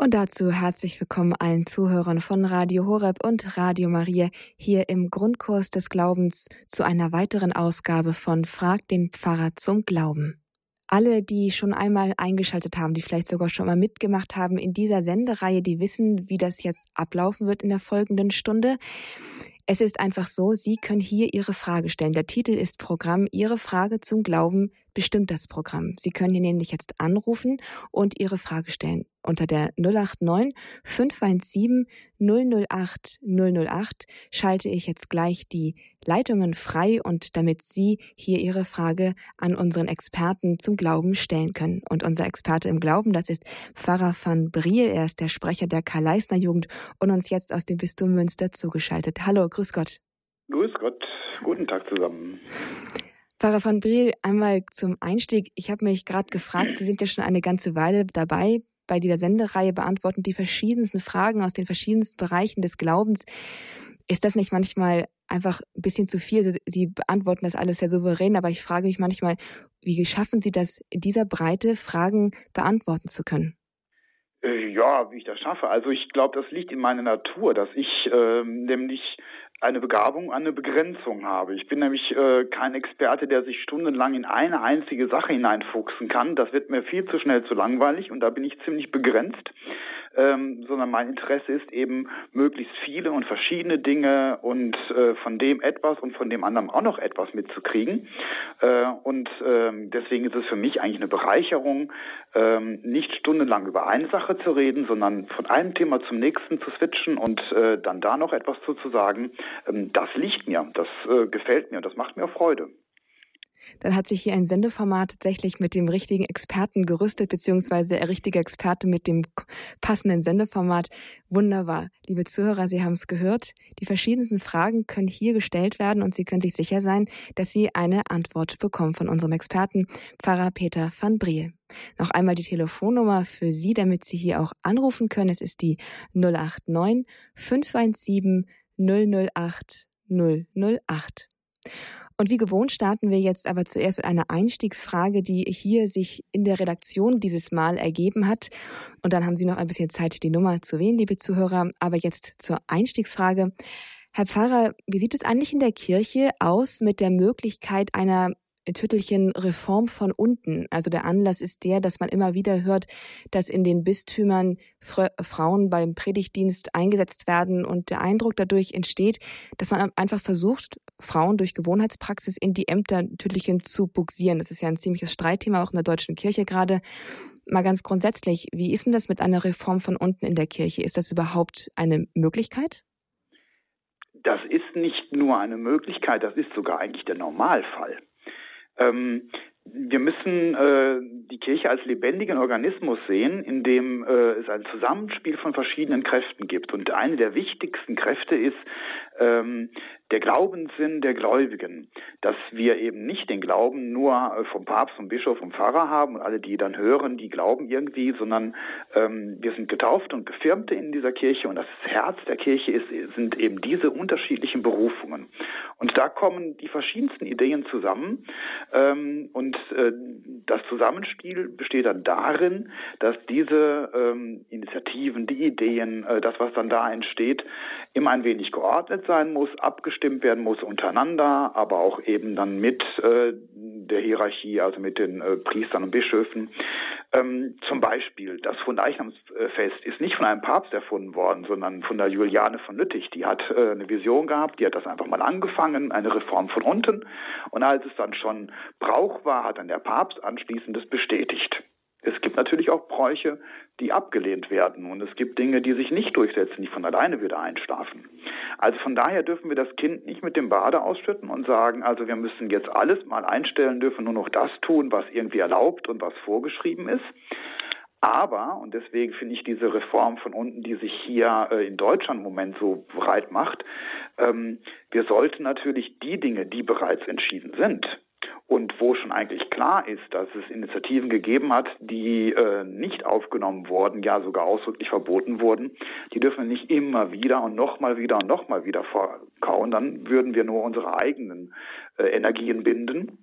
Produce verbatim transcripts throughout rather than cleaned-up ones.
Und dazu herzlich willkommen allen Zuhörern von Radio Horeb und Radio Maria hier im Grundkurs des Glaubens zu einer weiteren Ausgabe von Frag den Pfarrer zum Glauben. Alle, die schon einmal eingeschaltet haben, die vielleicht sogar schon mal mitgemacht haben in dieser Sendereihe, die wissen, wie das jetzt ablaufen wird in der folgenden Stunde. Es ist einfach so, Sie können hier Ihre Frage stellen. Der Titel ist Programm Ihre Frage zum Glauben bestimmt das Programm. Sie können hier nämlich jetzt anrufen und Ihre Frage stellen. Unter der null acht neun fünf eins sieben null null acht null null acht schalte ich jetzt gleich die Leitungen frei und damit Sie hier Ihre Frage an unseren Experten zum Glauben stellen können. Und unser Experte im Glauben, das ist Pfarrer van Briel. Er ist der Sprecher der Karl-Leisner-Jugend und uns jetzt aus dem Bistum Münster zugeschaltet. Hallo, grüß Gott. Grüß Gott, guten Tag zusammen. Pfarrer van Briel, einmal zum Einstieg. Ich habe mich gerade gefragt, Sie sind ja schon eine ganze Weile dabei. Bei dieser Sendereihe beantworten die verschiedensten Fragen aus den verschiedensten Bereichen des Glaubens. Ist das nicht manchmal einfach ein bisschen zu viel? Also Sie beantworten das alles sehr souverän, aber ich frage mich manchmal, wie schaffen Sie das, in dieser Breite Fragen beantworten zu können? Ja, wie ich das schaffe. Also ich glaube, das liegt in meiner Natur, dass ich äh, nämlich eine Begabung, eine Begrenzung habe. Ich bin nämlich äh, kein Experte, der sich stundenlang in eine einzige Sache hineinfuchsen kann. Das wird mir viel zu schnell zu langweilig und da bin ich ziemlich begrenzt. Ähm, sondern mein Interesse ist eben, möglichst viele und verschiedene Dinge und äh, von dem etwas und von dem anderen auch noch etwas mitzukriegen. Äh, und äh, deswegen ist es für mich eigentlich eine Bereicherung, äh, nicht stundenlang über eine Sache zu reden, sondern von einem Thema zum nächsten zu switchen und äh, dann da noch etwas zu, zu sagen. Ähm, das liegt mir, das äh, gefällt mir, das macht mir Freude. Dann hat sich hier ein Sendeformat tatsächlich mit dem richtigen Experten gerüstet, beziehungsweise der richtige Experte mit dem passenden Sendeformat. Wunderbar. Liebe Zuhörer, Sie haben es gehört. Die verschiedensten Fragen können hier gestellt werden und Sie können sich sicher sein, dass Sie eine Antwort bekommen von unserem Experten, Pfarrer Peter van Briel. Noch einmal die Telefonnummer für Sie, damit Sie hier auch anrufen können. Es ist die null acht neun fünf eins sieben null null acht null null acht. Und wie gewohnt starten wir jetzt aber zuerst mit einer Einstiegsfrage, die hier sich in der Redaktion dieses Mal ergeben hat. Und dann haben Sie noch ein bisschen Zeit, die Nummer zu wählen, liebe Zuhörer. Aber jetzt zur Einstiegsfrage. Herr Pfarrer, wie sieht es eigentlich in der Kirche aus mit der Möglichkeit einer Tüttelchen Reform von unten? Also der Anlass ist der, dass man immer wieder hört, dass in den Bistümern Fra- Frauen beim Predigtdienst eingesetzt werden und der Eindruck dadurch entsteht, dass man einfach versucht, Frauen durch Gewohnheitspraxis in die Ämter Tüttelchen zu bugsieren. Das ist ja ein ziemliches Streitthema auch in der deutschen Kirche gerade. Mal ganz grundsätzlich, wie ist denn das mit einer Reform von unten in der Kirche? Ist das überhaupt eine Möglichkeit? Das ist nicht nur eine Möglichkeit, das ist sogar eigentlich der Normalfall. Ähm, wir müssen äh, die Kirche als lebendigen Organismus sehen, in dem äh, es ein Zusammenspiel von verschiedenen Kräften gibt. Und eine der wichtigsten Kräfte ist ähm, der Glaubenssinn der Gläubigen, dass wir eben nicht den Glauben nur vom Papst, vom Bischof, vom Pfarrer haben und alle, die dann hören, die glauben irgendwie, sondern ähm, wir sind Getaufte und Gefirmte in dieser Kirche und das Herz der Kirche ist, sind eben diese unterschiedlichen Berufungen. Und da kommen die verschiedensten Ideen zusammen ähm, und äh, das Zusammenspiel besteht dann darin, dass diese ähm, Initiativen, die Ideen, äh, das, was dann da entsteht, immer ein wenig geordnet sein muss, abgestimmt werden muss untereinander, aber auch eben dann mit äh, der Hierarchie, also mit den äh, Priestern und Bischöfen. Ähm, zum Beispiel, das Fronleichnamsfest ist nicht von einem Papst erfunden worden, sondern von der Juliane von Lüttich. Die hat äh, eine Vision gehabt, die hat das einfach mal angefangen, eine Reform von unten. Und als es dann schon Brauch war, hat dann der Papst anschließend das bestätigt. Es gibt natürlich auch Bräuche, die abgelehnt werden und es gibt Dinge, die sich nicht durchsetzen, die von alleine wieder einschlafen. Also von daher dürfen wir das Kind nicht mit dem Bade ausschütten und sagen, also wir müssen jetzt alles mal einstellen, dürfen nur noch das tun, was irgendwie erlaubt und was vorgeschrieben ist. Aber, und deswegen finde ich diese Reform von unten, die sich hier äh, in Deutschland im Moment so breit macht, ähm, wir sollten natürlich die Dinge, die bereits entschieden sind, und wo schon eigentlich klar ist, dass es Initiativen gegeben hat, die äh, nicht aufgenommen wurden, ja sogar ausdrücklich verboten wurden, die dürfen wir nicht immer wieder und nochmal wieder und nochmal wieder vorkauen. Dann würden wir nur unsere eigenen äh, Energien binden.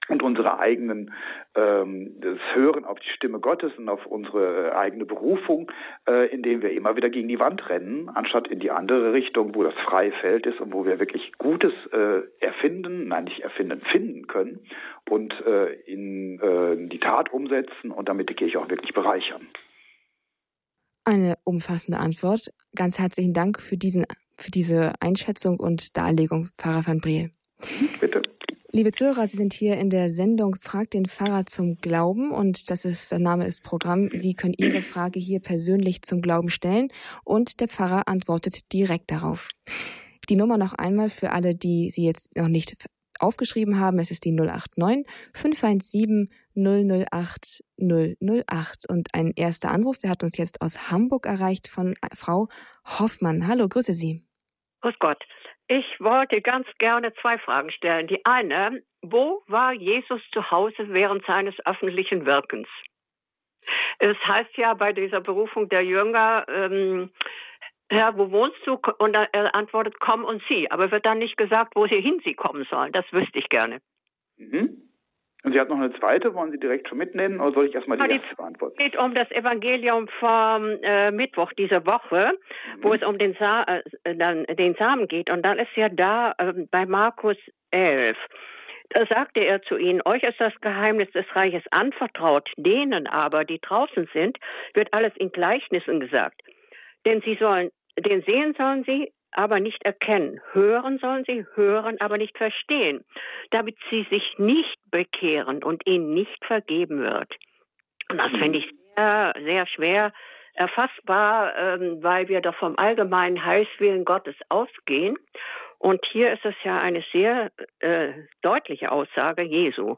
und unsere eigenen, ähm, das Hören auf die Stimme Gottes und auf unsere eigene Berufung, äh, indem wir immer wieder gegen die Wand rennen, anstatt in die andere Richtung, wo das freie Feld ist und wo wir wirklich Gutes äh, erfinden, nein, nicht erfinden, finden können und äh, in äh, die Tat umsetzen und damit die Kirche auch wirklich bereichern. Eine umfassende Antwort. Ganz herzlichen Dank für, diesen, für diese Einschätzung und Darlegung, Pfarrer van Briel. Bitte. Liebe Zuhörer, Sie sind hier in der Sendung Fragt den Pfarrer zum Glauben und das ist, der Name ist Programm. Sie können Ihre Frage hier persönlich zum Glauben stellen und der Pfarrer antwortet direkt darauf. Die Nummer noch einmal für alle, die Sie jetzt noch nicht aufgeschrieben haben. Es ist die null acht neun, fünf eins sieben, null null acht, null null acht. Und ein erster Anruf, der hat uns jetzt aus Hamburg erreicht von Frau Hoffmann. Hallo, grüße Sie. Grüß Gott. Ich wollte ganz gerne zwei Fragen stellen. Die eine, wo war Jesus zu Hause während seines öffentlichen Wirkens? Es heißt ja bei dieser Berufung der Jünger, ähm, Herr, wo wohnst du? Und er antwortet, komm und sieh. Aber wird dann nicht gesagt, wohin sie kommen sollen. Das wüsste ich gerne. Mhm. Und Sie hat noch eine zweite, wollen Sie direkt schon mitnehmen oder soll ich erstmal die, die erste beantworten? Es geht um das Evangelium vom äh, Mittwoch dieser Woche, mhm. wo es um den, Sa äh, dann, den Samen geht. Und dann ist ja da äh, bei Markus elf, da sagte er zu ihnen, euch ist das Geheimnis des Reiches anvertraut, denen aber, die draußen sind, wird alles in Gleichnissen gesagt. Denn sie sollen, den sehen sollen sie, aber nicht erkennen. Hören sollen sie, hören, aber nicht verstehen, damit sie sich nicht bekehren und ihnen nicht vergeben wird. Und das finde ich sehr, sehr schwer erfassbar, ähm, weil wir doch vom allgemeinen Heilswillen Gottes ausgehen. Und hier ist es ja eine sehr äh, deutliche Aussage Jesu.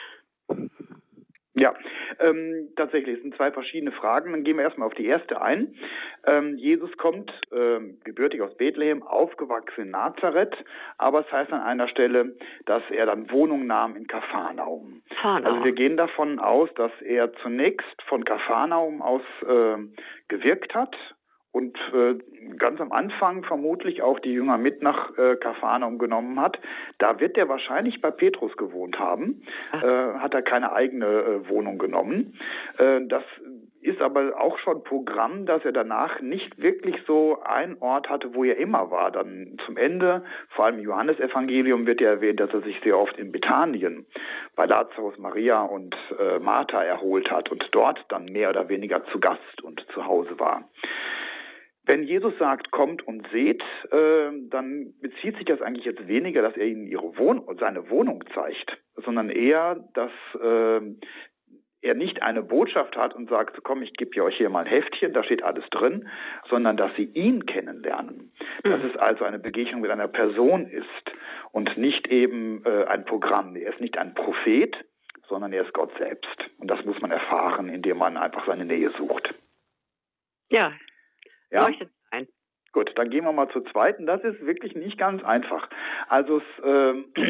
Ja, ähm, tatsächlich, es sind zwei verschiedene Fragen. Dann gehen wir erstmal auf die erste ein. Ähm, Jesus kommt ähm, gebürtig aus Bethlehem, aufgewachsen in Nazareth, aber es heißt an einer Stelle, dass er dann Wohnung nahm in Kapharnaum. Also wir gehen davon aus, dass er zunächst von Kapharnaum aus äh, gewirkt hat und äh, ganz am Anfang vermutlich auch die Jünger mit nach äh, Kapharnaum genommen hat. Da wird er wahrscheinlich bei Petrus gewohnt haben, äh, hat er keine eigene äh, Wohnung genommen. Äh, das ist aber auch schon Programm, dass er danach nicht wirklich so einen Ort hatte, wo er immer war. Dann zum Ende, vor allem im Johannesevangelium wird ja erwähnt, dass er sich sehr oft in Bethanien bei Lazarus, Maria und äh, Martha erholt hat und dort dann mehr oder weniger zu Gast und zu Hause war. Wenn Jesus sagt, kommt und seht, äh, dann bezieht sich das eigentlich jetzt weniger, dass er ihnen ihre Wohn- seine Wohnung zeigt, sondern eher, dass äh, er nicht eine Botschaft hat und sagt, komm, ich gebe euch hier mal ein Heftchen, da steht alles drin, sondern dass sie ihn kennenlernen. Dass es also eine Begegnung mit einer Person ist und nicht eben äh, ein Programm. Er ist nicht ein Prophet, sondern er ist Gott selbst. Und das muss man erfahren, indem man einfach seine Nähe sucht. Ja. Ja? Leuchtet ein. Gut, dann gehen wir mal zur zweiten. Das ist wirklich nicht ganz einfach. Also es äh,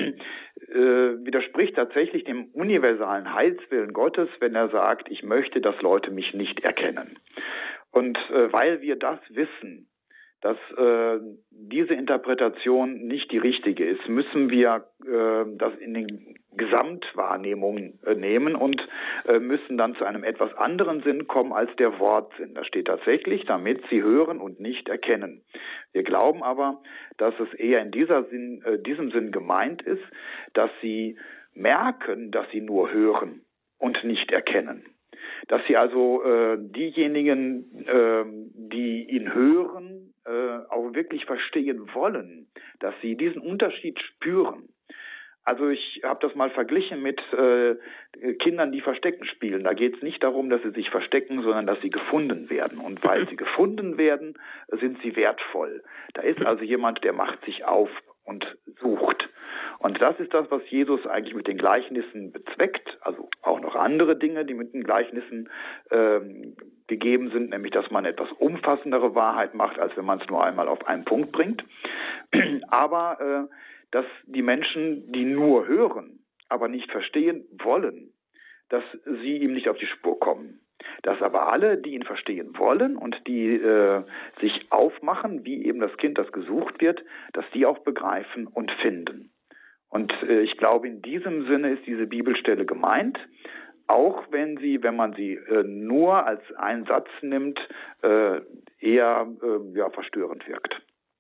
äh, widerspricht tatsächlich dem universalen Heilswillen Gottes, wenn er sagt, ich möchte, dass Leute mich nicht erkennen. Und äh, weil wir das wissen, dass äh, diese Interpretation nicht die richtige ist, müssen wir äh, das in den Gesamtwahrnehmungen äh, nehmen und äh, müssen dann zu einem etwas anderen Sinn kommen als der Wortsinn. Da steht tatsächlich, damit sie hören und nicht erkennen. Wir glauben aber, dass es eher in dieser Sinn, äh, diesem Sinn gemeint ist, dass sie merken, dass sie nur hören und nicht erkennen. Dass sie also äh, diejenigen, äh, die ihn hören, äh, auch wirklich verstehen wollen, dass sie diesen Unterschied spüren. Also ich habe das mal verglichen mit äh, Kindern, die Verstecken spielen. Da geht es nicht darum, dass sie sich verstecken, sondern dass sie gefunden werden. Und weil sie gefunden werden, sind sie wertvoll. Da ist also jemand, der macht sich auf und sucht. Und das ist das, was Jesus eigentlich mit den Gleichnissen bezweckt. Also auch noch andere Dinge, die mit den Gleichnissen ähm, gegeben sind, nämlich dass man etwas umfassendere Wahrheit macht, als wenn man es nur einmal auf einen Punkt bringt. Aber äh, dass die Menschen, die nur hören, aber nicht verstehen wollen, dass sie ihm nicht auf die Spur kommen. Dass aber alle, die ihn verstehen wollen und die äh, sich aufmachen, wie eben das Kind, das gesucht wird, dass die auch begreifen und finden. Und äh, ich glaube, in diesem Sinne ist diese Bibelstelle gemeint, auch wenn sie, wenn man sie äh, nur als einen Satz nimmt, äh, eher äh, ja, verstörend wirkt.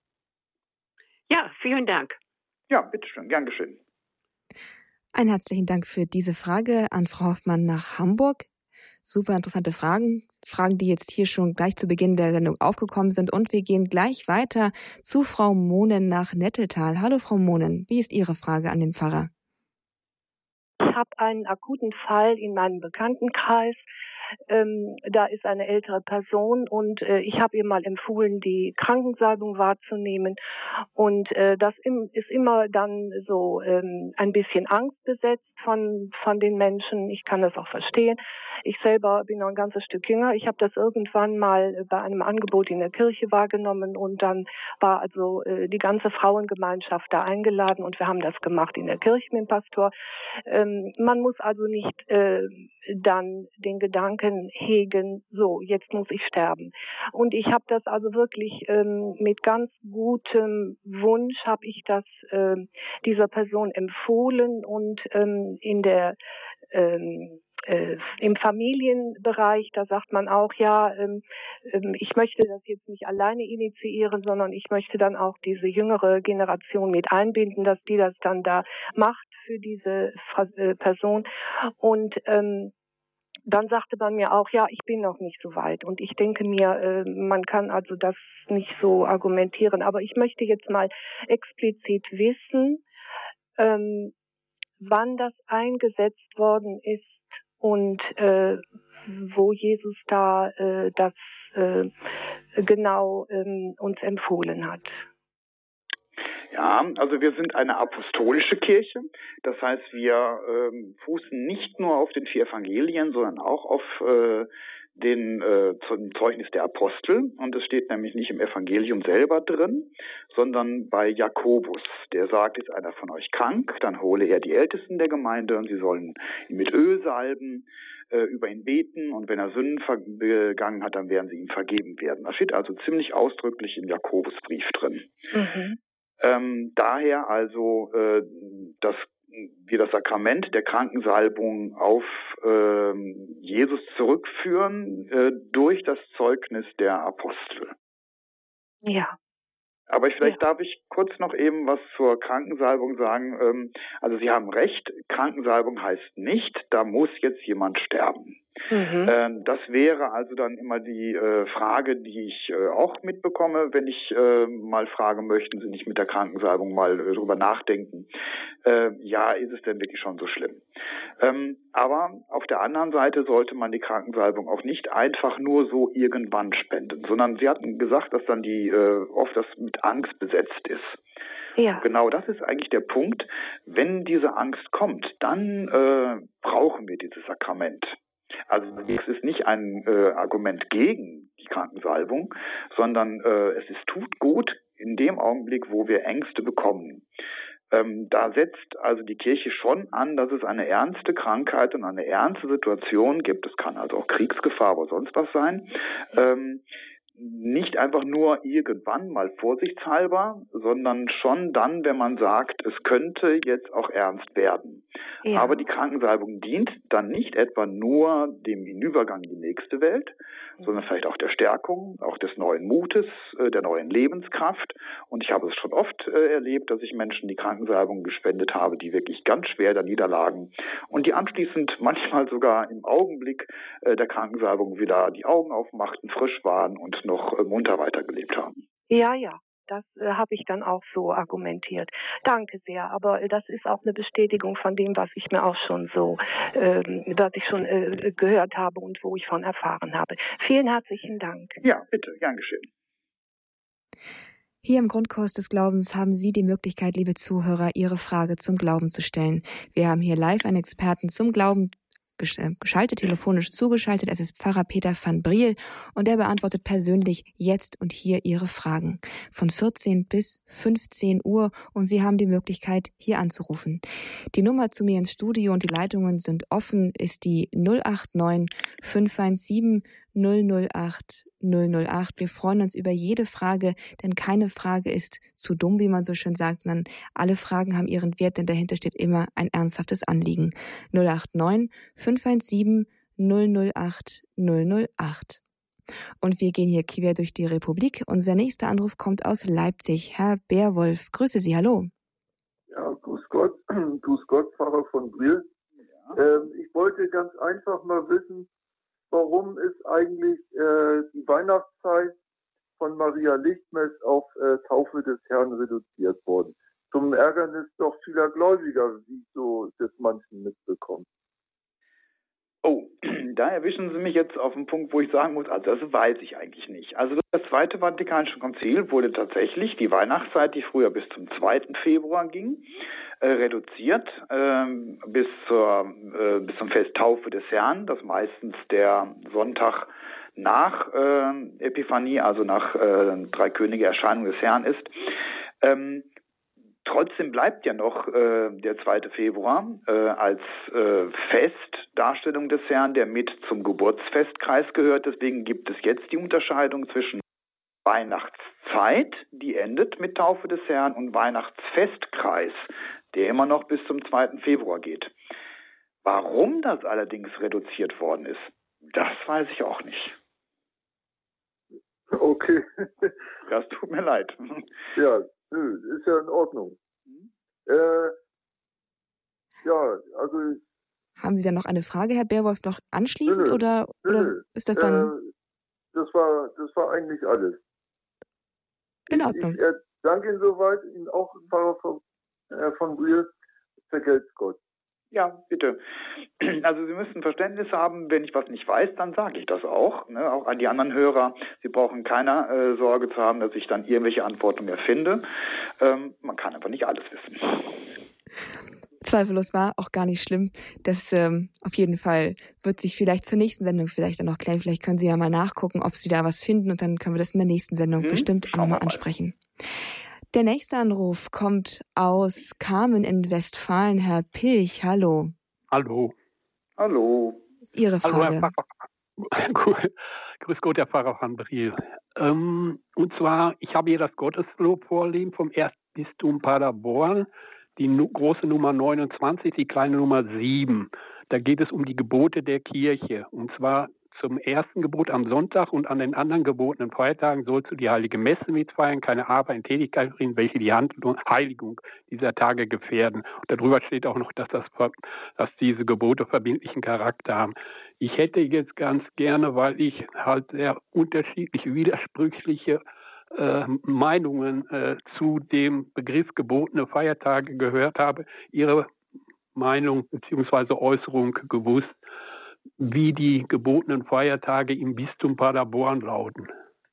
Ja, vielen Dank. Ja, bitteschön, gern geschehen. Einen herzlichen Dank für diese Frage an Frau Hoffmann nach Hamburg. Super interessante Fragen, Fragen, die jetzt hier schon gleich zu Beginn der Sendung aufgekommen sind. Und wir gehen gleich weiter zu Frau Mohnen nach Netteltal. Hallo Frau Mohnen, wie ist Ihre Frage an den Pfarrer? Ich habe einen akuten Fall in meinem Bekanntenkreis. Ähm, da ist eine ältere Person und äh, ich habe ihr mal empfohlen, die Krankensalbung wahrzunehmen. Und äh, das im, ist immer dann so ähm, ein bisschen angstbesetzt von von den Menschen. Ich kann das auch verstehen. Ich selber bin noch ein ganzes Stück jünger. Ich habe das irgendwann mal bei einem Angebot in der Kirche wahrgenommen und dann war also äh, die ganze Frauengemeinschaft da eingeladen und wir haben das gemacht in der Kirche mit dem Pastor. Ähm, man muss also nicht äh, dann den Gedanken hegen, so, jetzt muss ich sterben. Und ich habe das also wirklich ähm, mit ganz gutem Wunsch habe ich das ähm, dieser Person empfohlen und ähm, in der ähm, äh, im Familienbereich, da sagt man auch, ja, ähm, ähm, ich möchte das jetzt nicht alleine initiieren, sondern ich möchte dann auch diese jüngere Generation mit einbinden, dass die das dann da macht für diese äh, Person. Und ähm, dann sagte man mir auch, ja, ich bin noch nicht so weit. Und ich denke mir, äh, man kann also das nicht so argumentieren. Aber ich möchte jetzt mal explizit wissen, ähm, wann das eingesetzt worden ist und äh, wo Jesus da äh, das äh, genau ähm, uns empfohlen hat. Ja, also wir sind eine apostolische Kirche. Das heißt, wir ähm, fußen nicht nur auf den vier Evangelien, sondern auch auf äh, den äh, Zeugnis der Apostel. Und es steht nämlich nicht im Evangelium selber drin, sondern bei Jakobus. Der sagt, ist einer von euch krank, dann hole er die Ältesten der Gemeinde und sie sollen ihn mit Öl salben, äh, über ihn beten und wenn er Sünden begangen hat, dann werden sie ihm vergeben werden. Das steht also ziemlich ausdrücklich im Jakobusbrief drin. Mhm. Ähm, daher also, äh, dass wir das Sakrament der Krankensalbung auf äh, Jesus zurückführen äh, durch das Zeugnis der Apostel. Ja. Aber ich, vielleicht ja. darf ich kurz noch eben was zur Krankensalbung sagen. Ähm, also Sie haben recht, Krankensalbung heißt nicht, da muss jetzt jemand sterben. Mhm. Ähm, das wäre also dann immer die äh, Frage, die ich äh, auch mitbekomme, wenn ich äh, mal fragen möchte, Sie nicht mit der Krankensalbung mal äh, drüber nachdenken. Äh, ja, ist es denn wirklich schon so schlimm? Ähm, aber auf der anderen Seite sollte man die Krankensalbung auch nicht einfach nur so irgendwann spenden, sondern Sie hatten gesagt, dass dann die äh, oft das mit Angst besetzt ist. Ja. Genau, das ist eigentlich der Punkt. Wenn diese Angst kommt, dann äh, brauchen wir dieses Sakrament. Also es ist nicht ein äh, Argument gegen die Krankensalbung, sondern äh, es ist tut gut in dem Augenblick, wo wir Ängste bekommen. Ähm, da setzt also die Kirche schon an, dass es eine ernste Krankheit und eine ernste Situation gibt. Es kann also auch Kriegsgefahr oder sonst was sein. Ähm, nicht einfach nur irgendwann mal vorsichtshalber, sondern schon dann, wenn man sagt, es könnte jetzt auch ernst werden. Ja. Aber die Krankensalbung dient dann nicht etwa nur dem Hinübergang in die nächste Welt, sondern vielleicht auch der Stärkung, auch des neuen Mutes, äh, der neuen Lebenskraft. Und ich habe es schon oft äh, erlebt, dass ich Menschen die Krankensalbung gespendet habe, die wirklich ganz schwer da niederlagen und die anschließend manchmal sogar im Augenblick äh, der Krankensalbung wieder die Augen aufmachten, frisch waren und noch äh, munter weitergelebt haben. Ja, ja. Das äh, habe ich dann auch so argumentiert. Danke sehr, aber äh, das ist auch eine Bestätigung von dem, was ich mir auch schon so, ähm, was ich schon äh, gehört habe und wo ich von erfahren habe. Vielen herzlichen Dank. Ja, bitte, gern geschehen. Hier im Grundkurs des Glaubens haben Sie die Möglichkeit, liebe Zuhörer, Ihre Frage zum Glauben zu stellen. Wir haben hier live einen Experten zum Glauben geschaltet, telefonisch zugeschaltet. Es ist Pfarrer Peter van Briel und er beantwortet persönlich jetzt und hier Ihre Fragen von vierzehn bis fünfzehn Uhr und Sie haben die Möglichkeit, hier anzurufen. Die Nummer zu mir ins Studio und die Leitungen sind offen, ist die null acht neun fünf eins sieben null null acht null null acht. Wir freuen uns über jede Frage, denn keine Frage ist zu dumm, wie man so schön sagt, sondern alle Fragen haben ihren Wert, denn dahinter steht immer ein ernsthaftes Anliegen. null acht neun fünf eins sieben null null acht null null acht. Und wir gehen hier quer durch die Republik. Unser nächster Anruf kommt aus Leipzig. Herr Bärwolf, grüße Sie, hallo. Ja, grüß Gott, grüß Gott, Pfarrer von Briel. Ja. Ähm, ich wollte ganz einfach mal wissen, warum ist eigentlich äh, die Weihnachtszeit von Maria Lichtmess auf äh, Taufe des Herrn reduziert worden? Zum Ärgernis doch vieler Gläubiger, wie so das manchen mitbekommt. Oh, da erwischen Sie mich jetzt auf einen Punkt, wo ich sagen muss, also das weiß ich eigentlich nicht. Also das Zweite Vatikanische Konzil wurde tatsächlich die Weihnachtszeit, die früher bis zum zweiten Februar ging, äh, reduziert äh, bis, zur, äh, bis zum Fest Taufe des Herrn, das meistens der Sonntag nach äh, Epiphanie, also nach äh, Drei Könige Erscheinung des Herrn ist. Ähm, Trotzdem bleibt ja noch äh, der zweite Februar äh, als äh, Festdarstellung des Herrn, der mit zum Geburtsfestkreis gehört. Deswegen gibt es jetzt die Unterscheidung zwischen Weihnachtszeit, die endet mit Taufe des Herrn, und Weihnachtsfestkreis, der immer noch bis zum zweiten Februar geht. Warum das allerdings reduziert worden ist, das weiß ich auch nicht. Okay. Das tut mir leid. Ja. Nö, ist ja in Ordnung. Mhm. Äh, ja, also... Haben Sie da noch eine Frage, Herr Bärwolf, noch anschließend, nö, oder, nö, oder nö. ist das dann... Äh, das war, das war eigentlich alles. In Ordnung. Ich, ich äh, danke Ihnen soweit, Ihnen auch, Pfarrer von, äh, von Briel, vergelt's Gott. Ja, bitte. Also Sie müssen Verständnis haben, wenn ich was nicht weiß, dann sage ich das auch. Ne? Auch an die anderen Hörer. Sie brauchen keine äh, Sorge zu haben, dass ich dann irgendwelche Antworten erfinde. Ähm, man kann einfach nicht alles wissen. Zweifellos war auch gar nicht schlimm. Das ähm, auf jeden Fall wird sich vielleicht zur nächsten Sendung vielleicht dann noch klären. Vielleicht können Sie ja mal nachgucken, ob Sie da was finden, und dann können wir das in der nächsten Sendung hm, bestimmt auch nochmal ansprechen. Der nächste Anruf kommt aus Kamen in Westfalen. Herr Pilch, hallo. Hallo. Hallo. Das ist Ihre Frage. Hallo, Herr Pfarrer. Grüß Gott, Herr Pfarrer van Briel. Ähm, und zwar, ich habe hier das Gotteslob vorliegen vom Erzbistum Paderborn, die nu- große Nummer neunundzwanzig, die kleine Nummer sieben. Da geht es um die Gebote der Kirche. Und zwar zum ersten Gebot am Sonntag und an den anderen gebotenen Feiertagen sollst du die heilige Messe mitfeiern, keine Arbeit in Tätigkeit bringen, welche die Handlung, Heiligung dieser Tage gefährden. Und darüber steht auch noch, dass, das, dass diese Gebote verbindlichen Charakter haben. Ich hätte jetzt ganz gerne, weil ich halt sehr unterschiedliche, widersprüchliche äh, Meinungen äh, zu dem Begriff gebotene Feiertage gehört habe, Ihre Meinung bzw. Äußerung gewusst, wie die gebotenen Feiertage im Bistum Paderborn lauten.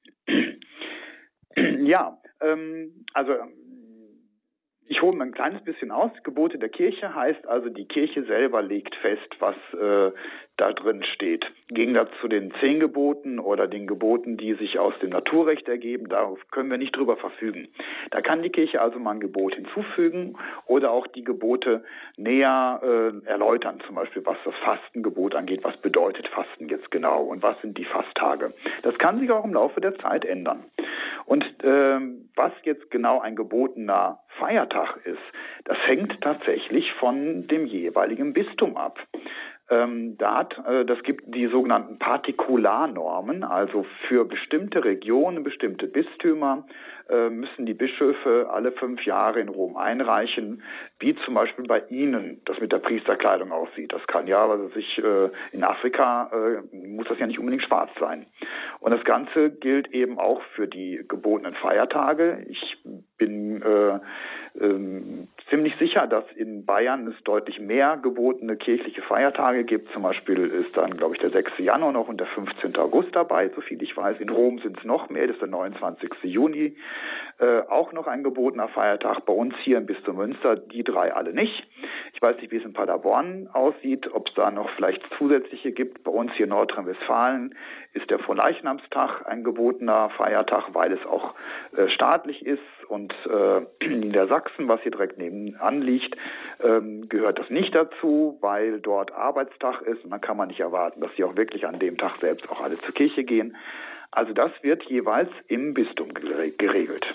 Ja, ähm, also ich hole mal ein kleines bisschen aus. Gebote der Kirche heißt also, die Kirche selber legt fest, was äh, da drin steht. Im Gegensatz zu den zehn Geboten oder den Geboten, die sich aus dem Naturrecht ergeben, darauf können wir nicht drüber verfügen. Da kann die Kirche also mal ein Gebot hinzufügen oder auch die Gebote näher äh, erläutern, zum Beispiel was das Fastengebot angeht. Was bedeutet Fasten jetzt genau und was sind die Fasttage? Das kann sich auch im Laufe der Zeit ändern. Und äh, was jetzt genau ein gebotener Feiertag ist, das hängt tatsächlich von dem jeweiligen Bistum ab. Ähm, da hat, äh, das gibt die sogenannten Partikularnormen, also für bestimmte Regionen, bestimmte Bistümer äh, müssen die Bischöfe alle fünf Jahre in Rom einreichen, wie zum Beispiel bei Ihnen das mit der Priesterkleidung aussieht. Das kann ja, also sich äh, in Afrika äh, muss das ja nicht unbedingt schwarz sein. Und das Ganze gilt eben auch für die gebotenen Feiertage. Ich bin äh, äh, ziemlich sicher, dass in Bayern es deutlich mehr gebotene kirchliche Feiertage gibt. Zum Beispiel ist dann, glaube ich, der sechste Januar noch und der fünfzehnte August dabei, soviel ich weiß. In Rom sind es noch mehr, das ist der neunundzwanzigste Juni. Äh, auch noch ein gebotener Feiertag. Bei uns hier im Bistum Münster, die drei alle nicht. Ich weiß nicht, wie es in Paderborn aussieht, ob es da noch vielleicht zusätzliche gibt. Bei uns hier in Nordrhein-Westfalen ist der Fronleichnamstag ein gebotener Feiertag, weil es auch äh, staatlich ist. Und äh, in Niedersachsen, was hier direkt nebenan liegt, ähm, gehört das nicht dazu, weil dort Arbeitstag ist. Und dann kann man nicht erwarten, dass sie auch wirklich an dem Tag selbst auch alle zur Kirche gehen. Also das wird jeweils im Bistum geregelt.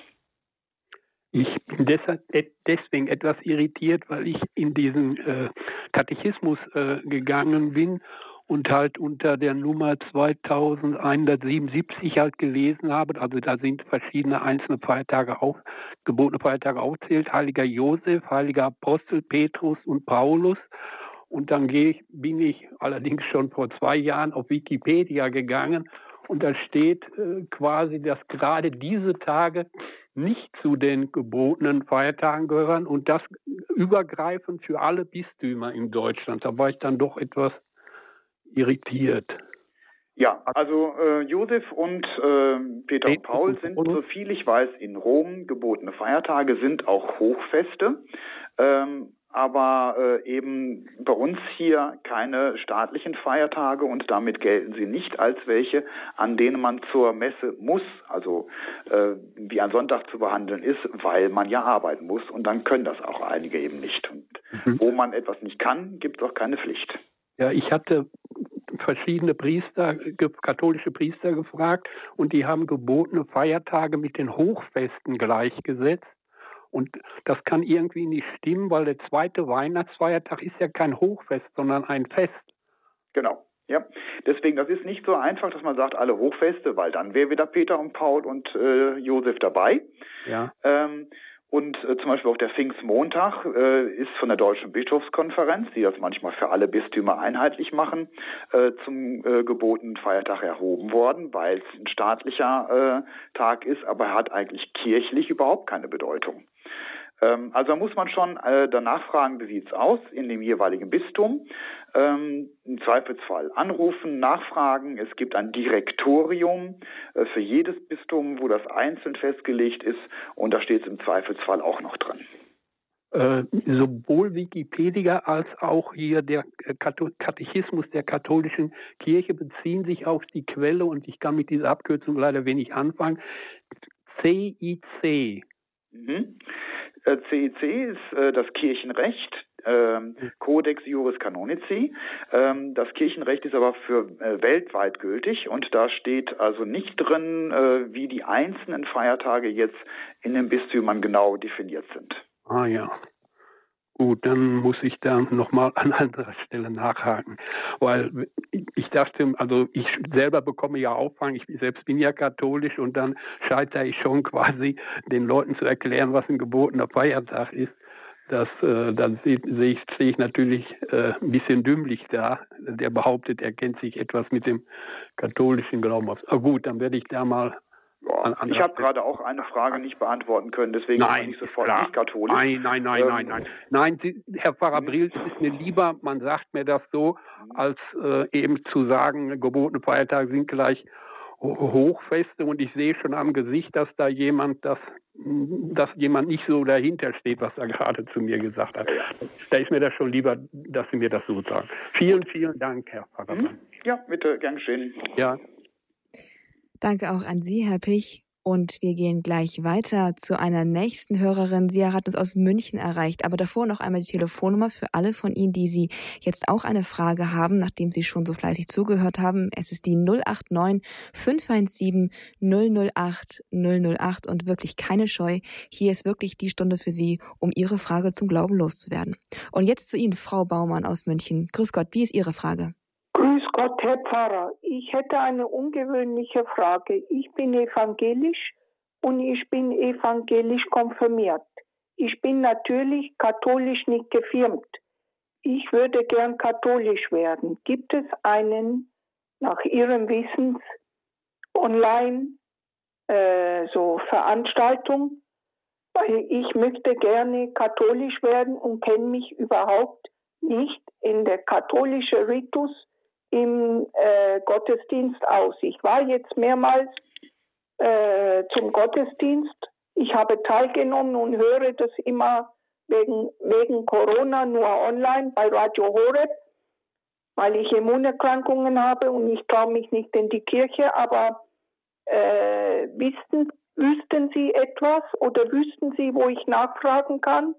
Ich bin deshalb, deswegen etwas irritiert, weil ich in diesen äh, Katechismus äh, gegangen bin und halt unter der Nummer zweitausendeinhundertsiebenundsiebzig halt gelesen habe. Also da sind verschiedene einzelne Feiertage auf, gebotene Feiertage aufzählt. Heiliger Josef, heiliger Apostel Petrus und Paulus. Und dann gehe ich, bin ich allerdings schon vor zwei Jahren auf Wikipedia gegangen und da steht äh, quasi, dass gerade diese Tage nicht zu den gebotenen Feiertagen gehören und das übergreifend für alle Bistümer in Deutschland. Da war ich dann doch etwas irritiert. Ja, also äh, Josef und äh, Peter und Paul sind, soviel ich weiß, in Rom gebotene Feiertage, sind auch Hochfeste, ähm, aber äh, eben bei uns hier keine staatlichen Feiertage und damit gelten sie nicht als welche, an denen man zur Messe muss, also äh, wie ein Sonntag zu behandeln ist, weil man ja arbeiten muss und dann können das auch einige eben nicht. Und mhm. wo man etwas nicht kann, gibt es auch keine Pflicht. Ja, ich hatte verschiedene Priester, katholische Priester gefragt und die haben gebotene Feiertage mit den Hochfesten gleichgesetzt. Und das kann irgendwie nicht stimmen, weil der zweite Weihnachtsfeiertag ist ja kein Hochfest, sondern ein Fest. Genau, ja. Deswegen, das ist nicht so einfach, dass man sagt, alle Hochfeste, weil dann wäre wieder Peter und Paul und äh, Josef dabei. Ja. Ähm, Und äh, zum Beispiel auch der Pfingstmontag äh, ist von der Deutschen Bischofskonferenz, die das manchmal für alle Bistümer einheitlich machen, äh, zum äh, gebotenen Feiertag erhoben worden, weil es ein staatlicher äh, Tag ist, aber er hat eigentlich kirchlich überhaupt keine Bedeutung. Ähm, also da muss man schon äh, danach fragen, wie sieht's aus in dem jeweiligen Bistum. Ähm, im Zweifelsfall anrufen, nachfragen. Es gibt ein Direktorium äh, für jedes Bistum, wo das einzeln festgelegt ist und da steht es im Zweifelsfall auch noch drin. Äh, sowohl Wikipedia als auch hier der Katechismus der katholischen Kirche beziehen sich auf die Quelle und ich kann mit dieser Abkürzung leider wenig anfangen. C I C. Mhm. C I C ist äh, das Kirchenrecht, ähm, Codex Iuris Canonici. Ähm, das Kirchenrecht ist aber für äh, weltweit gültig und da steht also nicht drin, äh, wie die einzelnen Feiertage jetzt in den Bistümern genau definiert sind. Ah ja. Gut, dann muss ich da nochmal an anderer Stelle nachhaken, weil ich dachte, also ich selber bekomme ja Auffang, ich selbst bin ja katholisch und dann scheitere ich schon quasi den Leuten zu erklären, was ein gebotener Feiertag ist. Das, äh, dann sehe seh ich, seh ich natürlich äh, ein bisschen dümmlich da, der behauptet, er kennt sich etwas mit dem katholischen Glauben aus. Aber gut, dann werde ich da mal Ja, ich habe gerade auch eine Frage nicht beantworten können, deswegen nein, bin ich sofort nicht katholisch. Nein, nein, nein, ähm, nein, nein. Nein, Sie, Herr Pfarrer Briel, es ist mir lieber, man sagt mir das so, als äh, eben zu sagen, gebotene Feiertage sind gleich Hochfeste und ich sehe schon am Gesicht, dass da jemand, das, dass jemand nicht so dahinter steht, was er gerade zu mir gesagt hat. Da ist mir das schon lieber, dass Sie mir das so sagen. Vielen, vielen Dank, Herr Pfarrer. Mhm. Ja, bitte, gern geschehen. Ja. Danke auch an Sie, Herr Pich. Und wir gehen gleich weiter zu einer nächsten Hörerin. Sie hat uns aus München erreicht. Aber davor noch einmal die Telefonnummer für alle von Ihnen, die Sie jetzt auch eine Frage haben, nachdem Sie schon so fleißig zugehört haben. Es ist die null acht neun fünf eins sieben null null acht null null acht und wirklich keine Scheu. Hier ist wirklich die Stunde für Sie, um Ihre Frage zum Glauben loszuwerden. Und jetzt zu Ihnen, Frau Baumann aus München. Grüß Gott, wie ist Ihre Frage? Grüß Gott, Herr Pfarrer. Ich hätte eine ungewöhnliche Frage. Ich bin evangelisch und ich bin evangelisch konfirmiert. Ich bin natürlich katholisch nicht gefirmt. Ich würde gern katholisch werden. Gibt es einen, nach Ihrem Wissen, online äh, so Veranstaltung? Weil ich möchte gerne katholisch werden und kenne mich überhaupt nicht in der katholischen Ritus im äh, Gottesdienst aus. Ich war jetzt mehrmals äh, zum Gottesdienst. Ich habe teilgenommen und höre das immer wegen, wegen Corona nur online bei Radio Horeb, weil ich Immunerkrankungen habe und ich traue mich nicht in die Kirche, aber äh, wissen, wüssten Sie etwas oder wüssten Sie, wo ich nachfragen kann?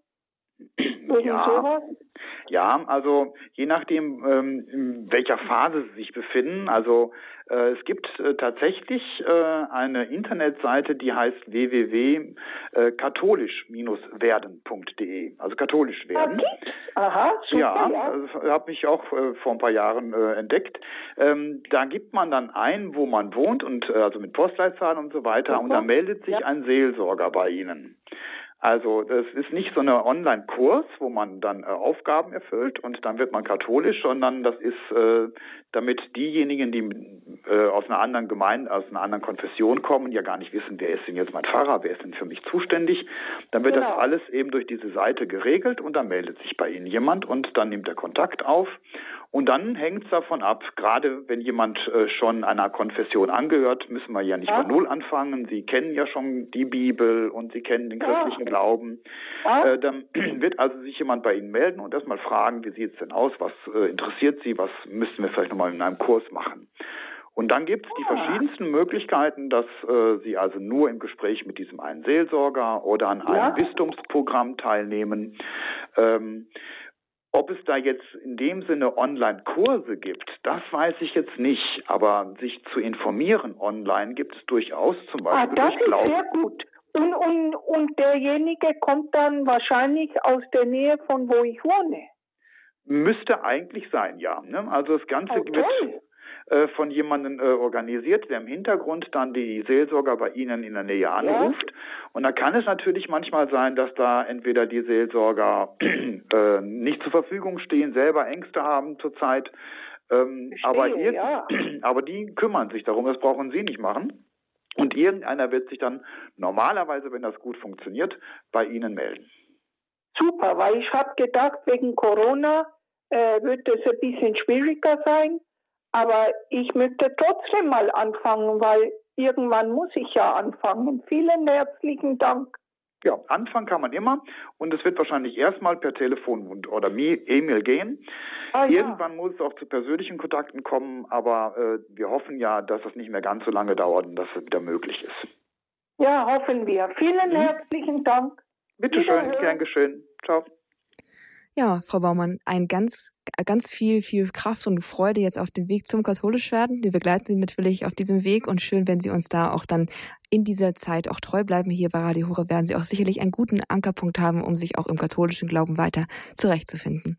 Ja, ja, also je nachdem, ähm, in welcher Phase Sie sich befinden. Also äh, es gibt äh, tatsächlich äh, eine Internetseite, die heißt w w w punkt katholisch werden punkt de. Also katholisch werden. Okay. Aha, super, ja, ja. Also, habe ich auch äh, vor ein paar Jahren äh, entdeckt. Ähm, da gibt man dann ein, wo man wohnt und äh, also mit Postleitzahl und so weiter. Super. Und da meldet sich ja. ein Seelsorger bei Ihnen. Also das ist nicht so eine Online-Kurs, wo man dann äh, Aufgaben erfüllt und dann wird man katholisch, sondern das ist, äh, damit diejenigen, die äh, aus einer anderen Gemeinde, aus einer anderen Konfession kommen, ja gar nicht wissen, wer ist denn jetzt mein Pfarrer, wer ist denn für mich zuständig, dann wird genau. das alles eben durch diese Seite geregelt und dann meldet sich bei Ihnen jemand und dann nimmt er Kontakt auf. Und dann hängt es davon ab, gerade wenn jemand äh, schon einer Konfession angehört, müssen wir ja nicht ja. bei Null anfangen. Sie kennen ja schon die Bibel und Sie kennen den christlichen ja. Glauben. Ja. Äh, dann wird also sich jemand bei Ihnen melden und erstmal fragen, wie sieht es denn aus, was äh, interessiert Sie, was müssten wir vielleicht nochmal in einem Kurs machen. Und dann gibt es die verschiedensten Möglichkeiten, dass äh, Sie also nur im Gespräch mit diesem einen Seelsorger oder an einem ja. Bistumsprogramm teilnehmen. Ähm, Ob es da jetzt in dem Sinne Online-Kurse gibt, das weiß ich jetzt nicht. Aber sich zu informieren online gibt es durchaus, zum Beispiel ah, das durch Glauben. Ist sehr gut. Und, und, und derjenige kommt dann wahrscheinlich aus der Nähe von wo ich wohne. Müsste eigentlich sein, ja. Ne? Also das Ganze oh, wird äh, von jemandem äh, organisiert, der im Hintergrund dann die Seelsorger bei Ihnen in der Nähe anruft. Ja. Und da kann es natürlich manchmal sein, dass da entweder die Seelsorger äh, nicht zur Verfügung stehen, selber Ängste haben zurzeit. Ähm, Verstehe, aber, ihr, ja. aber die kümmern sich darum, das brauchen Sie nicht machen. Und irgendeiner wird sich dann normalerweise, wenn das gut funktioniert, bei Ihnen melden. Super, weil ich habe gedacht, wegen Corona äh, wird es ein bisschen schwieriger sein. Aber ich möchte trotzdem mal anfangen, weil irgendwann muss ich ja anfangen. Vielen herzlichen Dank. Ja, anfangen kann man immer und es wird wahrscheinlich erstmal per Telefon und oder E-Mail gehen. Ah, ja. Irgendwann muss es auch zu persönlichen Kontakten kommen, aber äh, wir hoffen ja, dass das nicht mehr ganz so lange dauert und dass es wieder möglich ist. Ja, hoffen wir. Vielen mhm. herzlichen Dank. Bitte schön, gern geschehen. Ciao. Ja, Frau Baumann, ein ganz, ganz viel, viel Kraft und Freude jetzt auf dem Weg zum Katholischwerden. Wir begleiten Sie natürlich auf diesem Weg und schön, wenn Sie uns da auch dann in dieser Zeit auch treu bleiben. Hier bei Radio Horeb werden Sie auch sicherlich einen guten Ankerpunkt haben, um sich auch im katholischen Glauben weiter zurechtzufinden.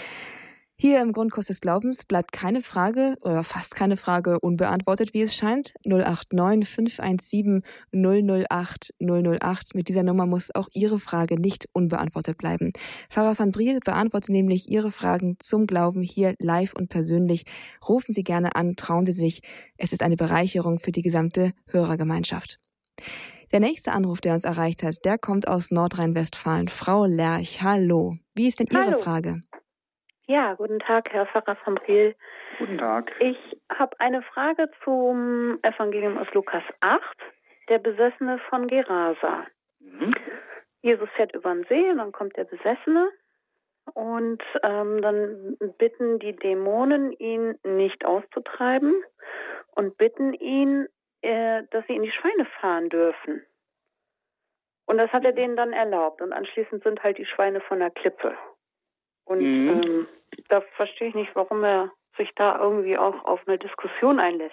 Hier im Grundkurs des Glaubens bleibt keine Frage oder fast keine Frage unbeantwortet, wie es scheint. null acht neun fünf eins sieben null null acht null null acht. Mit dieser Nummer muss auch Ihre Frage nicht unbeantwortet bleiben. Pfarrer van Briel beantwortet nämlich Ihre Fragen zum Glauben hier live und persönlich. Rufen Sie gerne an, trauen Sie sich. Es ist eine Bereicherung für die gesamte Hörergemeinschaft. Der nächste Anruf, der uns erreicht hat, der kommt aus Nordrhein-Westfalen. Frau Lerch, hallo. Wie ist denn Ihre hallo. Frage? Ja, guten Tag, Herr Pfarrer van Briel. Guten Tag. Ich habe eine Frage zum Evangelium aus Lukas acht, der Besessene von Gerasa. Mhm. Jesus fährt über den See und dann kommt der Besessene und ähm, dann bitten die Dämonen, ihn nicht auszutreiben und bitten ihn, äh, dass sie in die Schweine fahren dürfen. Und das hat er denen dann erlaubt und anschließend sind halt die Schweine von der Klippe. Und mhm. ähm, da verstehe ich nicht, warum er sich da irgendwie auch auf eine Diskussion einlässt.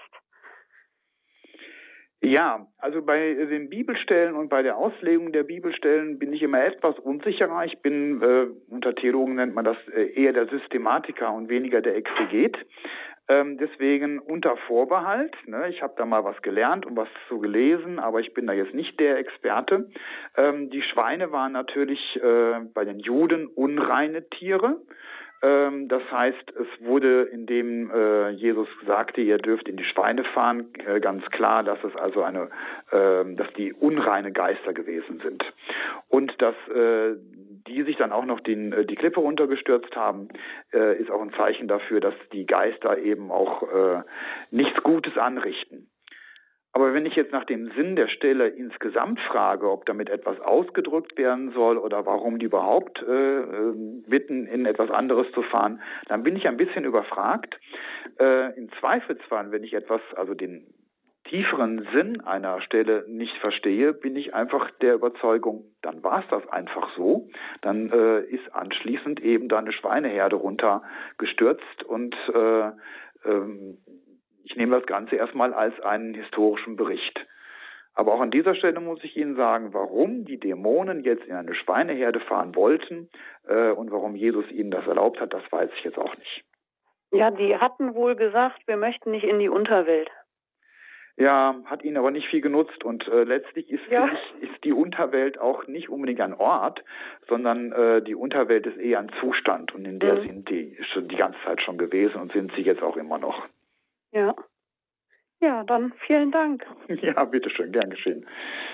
Ja, also bei den Bibelstellen und bei der Auslegung der Bibelstellen bin ich immer etwas unsicherer. Ich bin, äh, unter Theologen nennt man das äh, eher der Systematiker und weniger der Exeget. Ähm, deswegen unter Vorbehalt. Ne? Ich habe da mal was gelernt und was zu gelesen, aber ich bin da jetzt nicht der Experte. Ähm, die Schweine waren natürlich äh, bei den Juden unreine Tiere. Ähm, das heißt, es wurde, indem äh, Jesus sagte, ihr dürft in die Schweine fahren, äh, ganz klar, dass es also eine, äh, dass die unreine Geister gewesen sind. Und dass äh, die sich dann auch noch den, die Klippe runtergestürzt haben, äh, ist auch ein Zeichen dafür, dass die Geister eben auch äh, nichts Gutes anrichten. Aber wenn ich jetzt nach dem Sinn der Stelle insgesamt frage, ob damit etwas ausgedrückt werden soll oder warum die überhaupt äh, bitten, in etwas anderes zu fahren, dann bin ich ein bisschen überfragt. Äh, Im Zweifelsfall, wenn ich etwas, also den tieferen Sinn einer Stelle nicht verstehe, bin ich einfach der Überzeugung, dann war es das einfach so. Dann äh, ist anschließend eben da eine Schweineherde runtergestürzt und äh, ähm, ich nehme das Ganze erstmal als einen historischen Bericht. Aber auch an dieser Stelle muss ich Ihnen sagen, warum die Dämonen jetzt in eine Schweineherde fahren wollten äh, und warum Jesus ihnen das erlaubt hat, das weiß ich jetzt auch nicht. Ja, die hatten wohl gesagt, wir möchten nicht in die Unterwelt. Ja, hat ihnen aber nicht viel genutzt und äh, letztlich ist, ja. finde ich, ist die Unterwelt auch nicht unbedingt ein Ort, sondern äh, die Unterwelt ist eher ein Zustand und in der mhm. sind die schon die ganze Zeit schon gewesen und sind sie jetzt auch immer noch. Ja. Ja, dann vielen Dank. Ja, bitteschön, gern geschehen.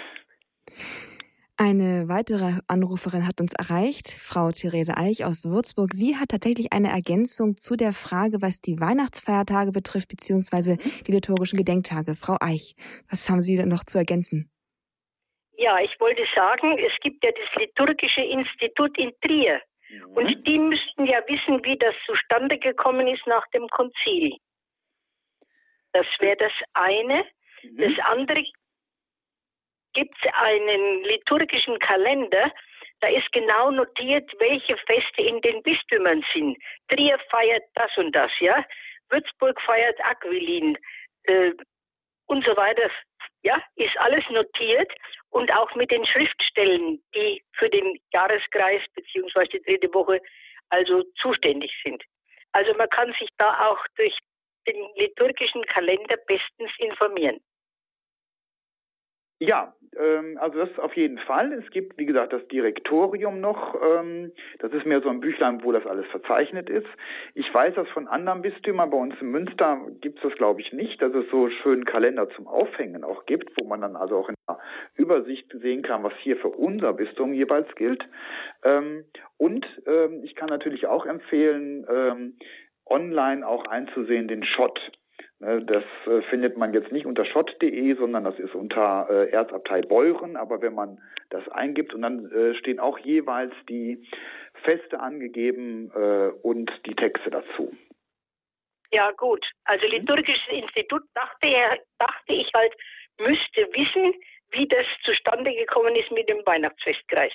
Eine weitere Anruferin hat uns erreicht, Frau Therese Eich aus Würzburg. Sie hat tatsächlich eine Ergänzung zu der Frage, was die Weihnachtsfeiertage betrifft, beziehungsweise die liturgischen Gedenktage. Frau Eich, was haben Sie denn noch zu ergänzen? Ja, ich wollte sagen, es gibt ja das Liturgische Institut in Trier. Mhm. Und die müssten ja wissen, wie das zustande gekommen ist nach dem Konzil. Das wäre das eine. Mhm. Das andere, gibt es einen liturgischen Kalender, da ist genau notiert, welche Feste in den Bistümern sind. Trier feiert das und das, ja. Würzburg feiert Aquilin äh, und so weiter. Ja, ist alles notiert und auch mit den Schriftstellen, die für den Jahreskreis bzw. die dritte Woche also zuständig sind. Also man kann sich da auch durch den liturgischen Kalender bestens informieren. Ja, ähm, also das auf jeden Fall. Es gibt, wie gesagt, das Direktorium noch. Ähm, das ist mehr so ein Büchlein, wo das alles verzeichnet ist. Ich weiß das von anderen Bistümern. Bei uns in Münster gibt es das, glaube ich, nicht, dass es so einen schönen Kalender zum Aufhängen auch gibt, wo man dann also auch in der Übersicht sehen kann, was hier für unser Bistum jeweils gilt. Ähm, und ähm, ich kann natürlich auch empfehlen, ähm, online auch einzusehen, den Schott. Das äh, findet man jetzt nicht unter schott punkt de, sondern das ist unter äh, Erzabtei Beuren. Aber wenn man das eingibt und dann äh, stehen auch jeweils die Feste angegeben äh, und die Texte dazu. Ja gut, also Liturgisches Institut dachte, dachte ich halt, müsste wissen, wie das zustande gekommen ist mit dem Weihnachtsfestkreis.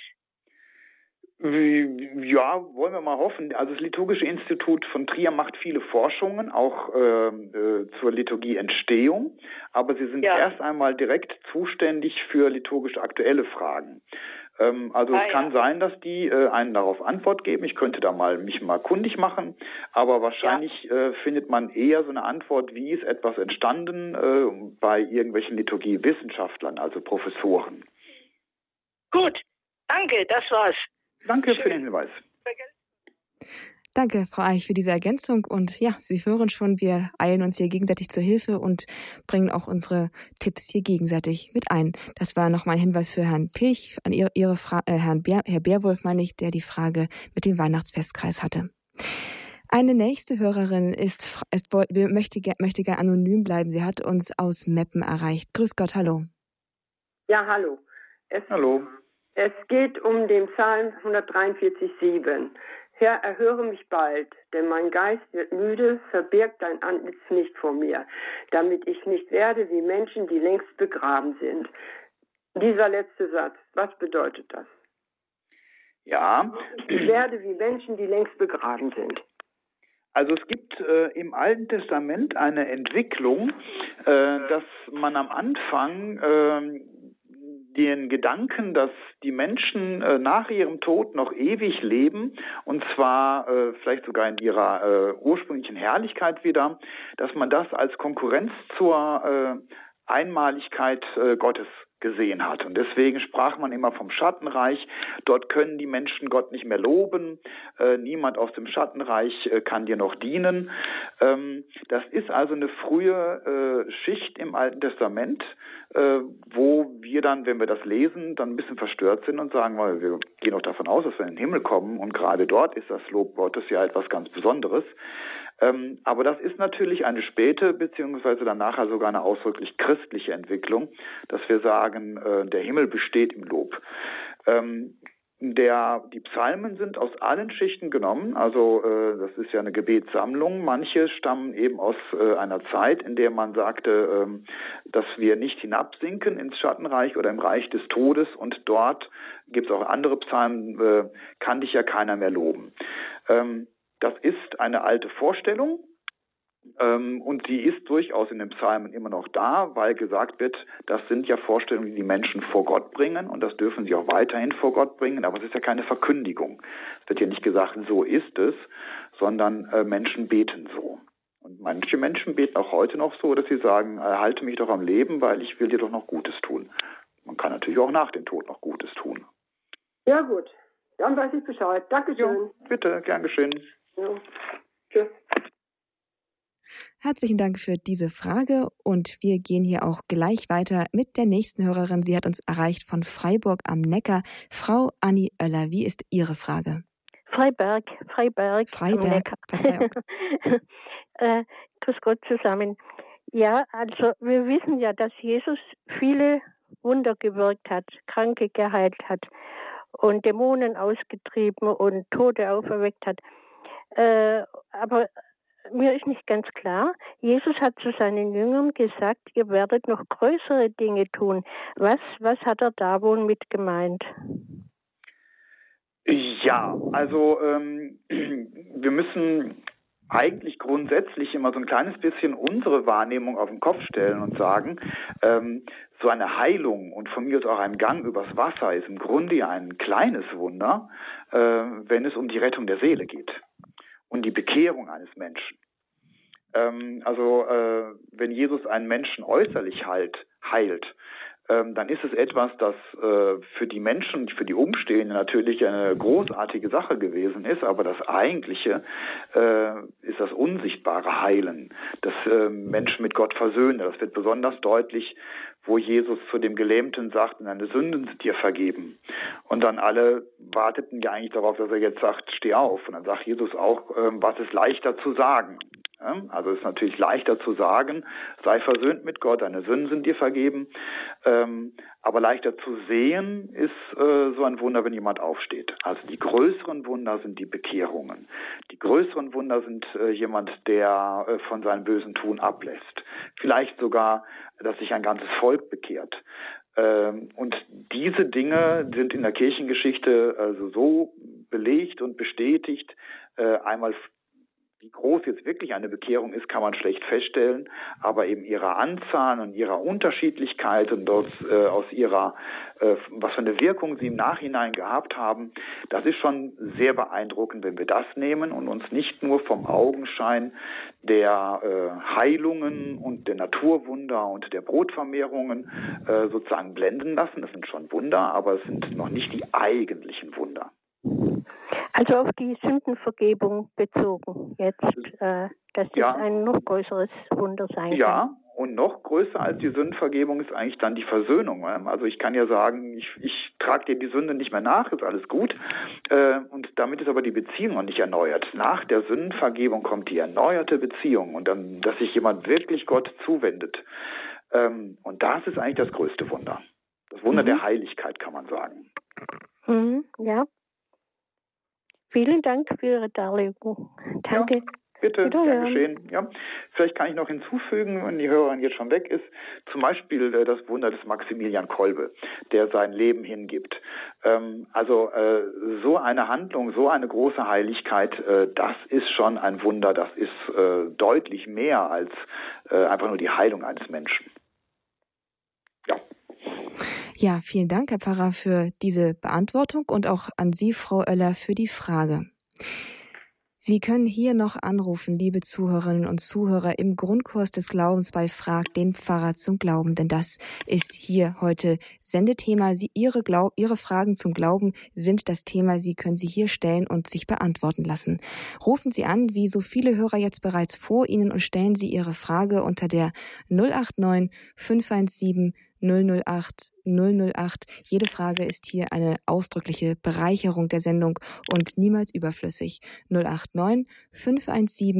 Ja, wollen wir mal hoffen. Also das Liturgische Institut von Trier macht viele Forschungen, auch äh, äh, zur Liturgieentstehung, aber sie sind ja. erst einmal direkt zuständig für liturgisch aktuelle Fragen. Ähm, also ah, es kann ja. sein, dass die äh, einen darauf Antwort geben. Ich könnte da mal mich mal kundig machen, aber wahrscheinlich ja. äh, findet man eher so eine Antwort, wie ist etwas entstanden äh, bei irgendwelchen Liturgiewissenschaftlern, also Professoren. Gut, danke, das war's. Danke für den Hinweis. Danke, Frau Eich, für diese Ergänzung. Und ja, Sie hören schon, wir eilen uns hier gegenseitig zur Hilfe und bringen auch unsere Tipps hier gegenseitig mit ein. Das war nochmal ein Hinweis für Herrn Pilch, an Ihre, Ihre Fra- äh, Herrn Bär, Herr Bärwolf, meine ich, der die Frage mit dem Weihnachtsfestkreis hatte. Eine nächste Hörerin ist, ist möchte, möchte gerne anonym bleiben. Sie hat uns aus Meppen erreicht. Grüß Gott, hallo. Ja, hallo. Es hallo. Es geht um den Psalm hundertdreiundvierzig sieben. Herr, erhöre mich bald, denn mein Geist wird müde, verbirg dein Antlitz nicht vor mir, damit ich nicht werde wie Menschen, die längst begraben sind. Dieser letzte Satz, was bedeutet das? Ja. Ich werde wie Menschen, die längst begraben sind. Also es gibt äh, im Alten Testament eine Entwicklung, äh, dass man am Anfang äh, den Gedanken, dass die Menschen äh, nach ihrem Tod noch ewig leben, und zwar äh, vielleicht sogar in ihrer äh, ursprünglichen Herrlichkeit wieder, dass man das als Konkurrenz zur äh, Einmaligkeit äh, Gottes gesehen hat. Und deswegen sprach man immer vom Schattenreich. Dort können die Menschen Gott nicht mehr loben. Äh, niemand aus dem Schattenreich äh, kann dir noch dienen. Ähm, das ist also eine frühe äh, Schicht im Alten Testament, äh, wo wir dann, wenn wir das lesen, dann ein bisschen verstört sind und sagen, weil wir gehen auch davon aus, dass wir in den Himmel kommen. Und gerade dort ist das Lob Gottes ja etwas ganz Besonderes. Ähm, aber das ist natürlich eine späte, beziehungsweise dann nachher sogar eine ausdrücklich christliche Entwicklung, dass wir sagen, äh, der Himmel besteht im Lob. Ähm, Der, die Psalmen sind aus allen Schichten genommen, also äh, das ist ja eine Gebetssammlung. Manche stammen eben aus äh, einer Zeit, in der man sagte, ähm, dass wir nicht hinabsinken ins Schattenreich oder im Reich des Todes, und dort gibt es auch andere Psalmen, äh, kann dich ja keiner mehr loben. Ähm, das ist eine alte Vorstellung. Ähm, und sie ist durchaus in den Psalmen immer noch da, weil gesagt wird, das sind ja Vorstellungen, die die Menschen vor Gott bringen, und das dürfen sie auch weiterhin vor Gott bringen, aber es ist ja keine Verkündigung. Es wird ja nicht gesagt, so ist es, sondern äh, Menschen beten so. Und manche Menschen beten auch heute noch so, dass sie sagen, erhalte mich doch am Leben, weil ich will dir doch noch Gutes tun. Man kann natürlich auch nach dem Tod noch Gutes tun. Ja gut, dann weiß ich Bescheid. Dankeschön. Ja, bitte, gern geschehen. Ja. Tschüss. Herzlichen Dank für diese Frage, und wir gehen hier auch gleich weiter mit der nächsten Hörerin. Sie hat uns erreicht von Freiburg am Neckar. Frau Anni Oeller, wie ist Ihre Frage? Freiberg, Freiberg, Freiberg, am Neckar. Verzeihung. äh, grüß Gott zusammen. Ja, also wir wissen ja, dass Jesus viele Wunder gewirkt hat, Kranke geheilt hat und Dämonen ausgetrieben und Tote auferweckt hat. Äh, aber mir ist nicht ganz klar, Jesus hat zu seinen Jüngern gesagt, ihr werdet noch größere Dinge tun. Was, was hat er da wohl mit gemeint? Ja, also ähm, wir müssen eigentlich grundsätzlich immer so ein kleines bisschen unsere Wahrnehmung auf den Kopf stellen und sagen, ähm, so eine Heilung und von mir aus auch ein Gang übers Wasser ist im Grunde ja ein kleines Wunder, äh, wenn es um die Rettung der Seele geht und die Bekehrung eines Menschen. Ähm, also äh, wenn Jesus einen Menschen äußerlich heilt, heilt, ähm, dann ist es etwas, das äh, für die Menschen, für die Umstehenden natürlich eine großartige Sache gewesen ist, aber das Eigentliche äh, ist das unsichtbare Heilen, das äh, Menschen mit Gott versöhnen. Das wird besonders deutlich, wo Jesus zu dem Gelähmten sagt, deine Sünden sind dir vergeben. Und dann alle warteten ja eigentlich darauf, dass er jetzt sagt, steh auf. Und dann sagt Jesus auch, äh, was ist leichter zu sagen? Ja, also es ist natürlich leichter zu sagen, sei versöhnt mit Gott, deine Sünden sind dir vergeben. Ähm, aber leichter zu sehen ist äh, so ein Wunder, wenn jemand aufsteht. Also die größeren Wunder sind die Bekehrungen. Die größeren Wunder sind äh, jemand, der äh, von seinem bösen Tun ablässt. Vielleicht sogar, dass sich ein ganzes Volk bekehrt. Ähm, und diese Dinge sind in der Kirchengeschichte also so belegt und bestätigt. Äh, einmal Wie groß jetzt wirklich eine Bekehrung ist, kann man schlecht feststellen, aber eben ihrer Anzahl und ihrer Unterschiedlichkeit und aus, äh, aus ihrer, äh, was für eine Wirkung sie im Nachhinein gehabt haben, das ist schon sehr beeindruckend, wenn wir das nehmen und uns nicht nur vom Augenschein der äh, Heilungen und der Naturwunder und der Brotvermehrungen äh, sozusagen blenden lassen. Das sind schon Wunder, aber es sind noch nicht die eigentlichen Wunder. Also auf die Sündenvergebung bezogen jetzt, äh, dass das ja ein noch größeres Wunder sein kann. Ja, und noch größer als die Sündenvergebung ist eigentlich dann die Versöhnung. Also ich kann ja sagen, ich, ich trage dir die Sünde nicht mehr nach, ist alles gut. Äh, und damit ist aber die Beziehung noch nicht erneuert. Nach der Sündenvergebung kommt die erneuerte Beziehung und dann, dass sich jemand wirklich Gott zuwendet. Ähm, und das ist eigentlich das größte Wunder. Das Wunder mhm. der Heiligkeit, kann man sagen. Mhm, ja. Vielen Dank für Ihre Darlegung. Danke. Ja, bitte, gern geschehen. Ja. Vielleicht kann ich noch hinzufügen, wenn die Hörerin jetzt schon weg ist, zum Beispiel äh, das Wunder des Maximilian Kolbe, der sein Leben hingibt. Ähm, also äh, so eine Handlung, so eine große Heiligkeit, äh, das ist schon ein Wunder, das ist äh, deutlich mehr als äh, einfach nur die Heilung eines Menschen. Ja. Ja, vielen Dank, Herr Pfarrer, für diese Beantwortung und auch an Sie, Frau Oeller, für die Frage. Sie können hier noch anrufen, liebe Zuhörerinnen und Zuhörer, im Grundkurs des Glaubens bei Frag den Pfarrer zum Glauben, denn das ist hier heute Sendethema. Sie, Ihre, Glaub, Ihre Fragen zum Glauben sind das Thema. Sie können sie hier stellen und sich beantworten lassen. Rufen Sie an, wie so viele Hörer jetzt bereits vor Ihnen, und stellen Sie Ihre Frage unter der null acht neun fünf eins sieben null null acht null null acht. Jede Frage ist hier eine ausdrückliche Bereicherung der Sendung und niemals überflüssig. null acht neun fünf eins sieben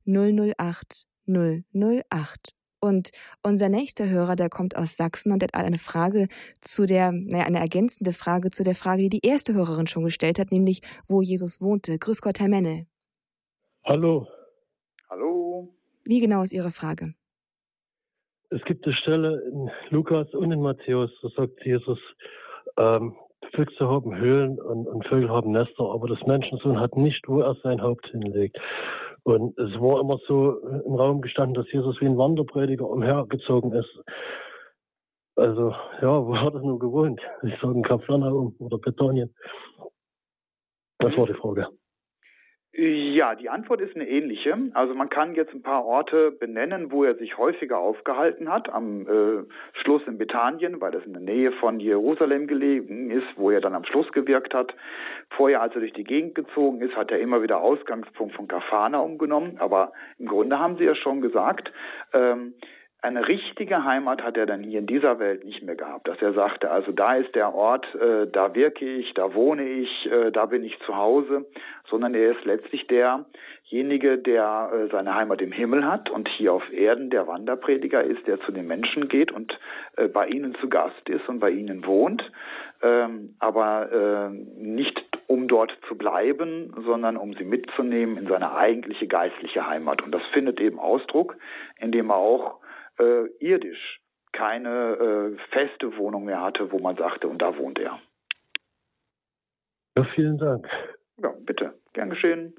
null null acht null null acht. Und unser nächster Hörer, der kommt aus Sachsen und hat eine Frage zu der, naja, eine ergänzende Frage zu der Frage, die die erste Hörerin schon gestellt hat, nämlich, wo Jesus wohnte. Grüß Gott, Herr Mennel. Hallo. Hallo. Wie genau ist Ihre Frage? Es gibt eine Stelle in Lukas und in Matthäus, da sagt Jesus, ähm, Füchse haben Höhlen und, und Vögel haben Nester, aber das Menschensohn hat nicht, wo er sein Haupt hinlegt. Und es war immer so im Raum gestanden, dass Jesus wie ein Wanderprediger umhergezogen ist. Also, ja, wo hat er nun gewohnt? Ich sage in Kapernaum oder Bethanien. Das war die Frage. Ja, die Antwort ist eine ähnliche. Also man kann jetzt ein paar Orte benennen, wo er sich häufiger aufgehalten hat. Am äh, Schluss in Bethanien, weil das in der Nähe von Jerusalem gelegen ist, wo er dann am Schluss gewirkt hat. Vorher, als er durch die Gegend gezogen ist, hat er immer wieder Ausgangspunkt von Kapernaum genommen. Aber im Grunde haben Sie ja schon gesagt, ähm, eine richtige Heimat hat er dann hier in dieser Welt nicht mehr gehabt, dass er sagte, also da ist der Ort, äh, da wirke ich, da wohne ich, äh, da bin ich zu Hause, sondern er ist letztlich derjenige, der äh, seine Heimat im Himmel hat und hier auf Erden der Wanderprediger ist, der zu den Menschen geht und äh, bei ihnen zu Gast ist und bei ihnen wohnt, ähm, aber äh, nicht um dort zu bleiben, sondern um sie mitzunehmen in seine eigentliche geistliche Heimat. Und das findet eben Ausdruck, indem er auch Äh, irdisch keine äh, feste Wohnung mehr hatte, wo man sagte, und da wohnt er. Ja, vielen Dank. Ja, bitte. Gern geschehen.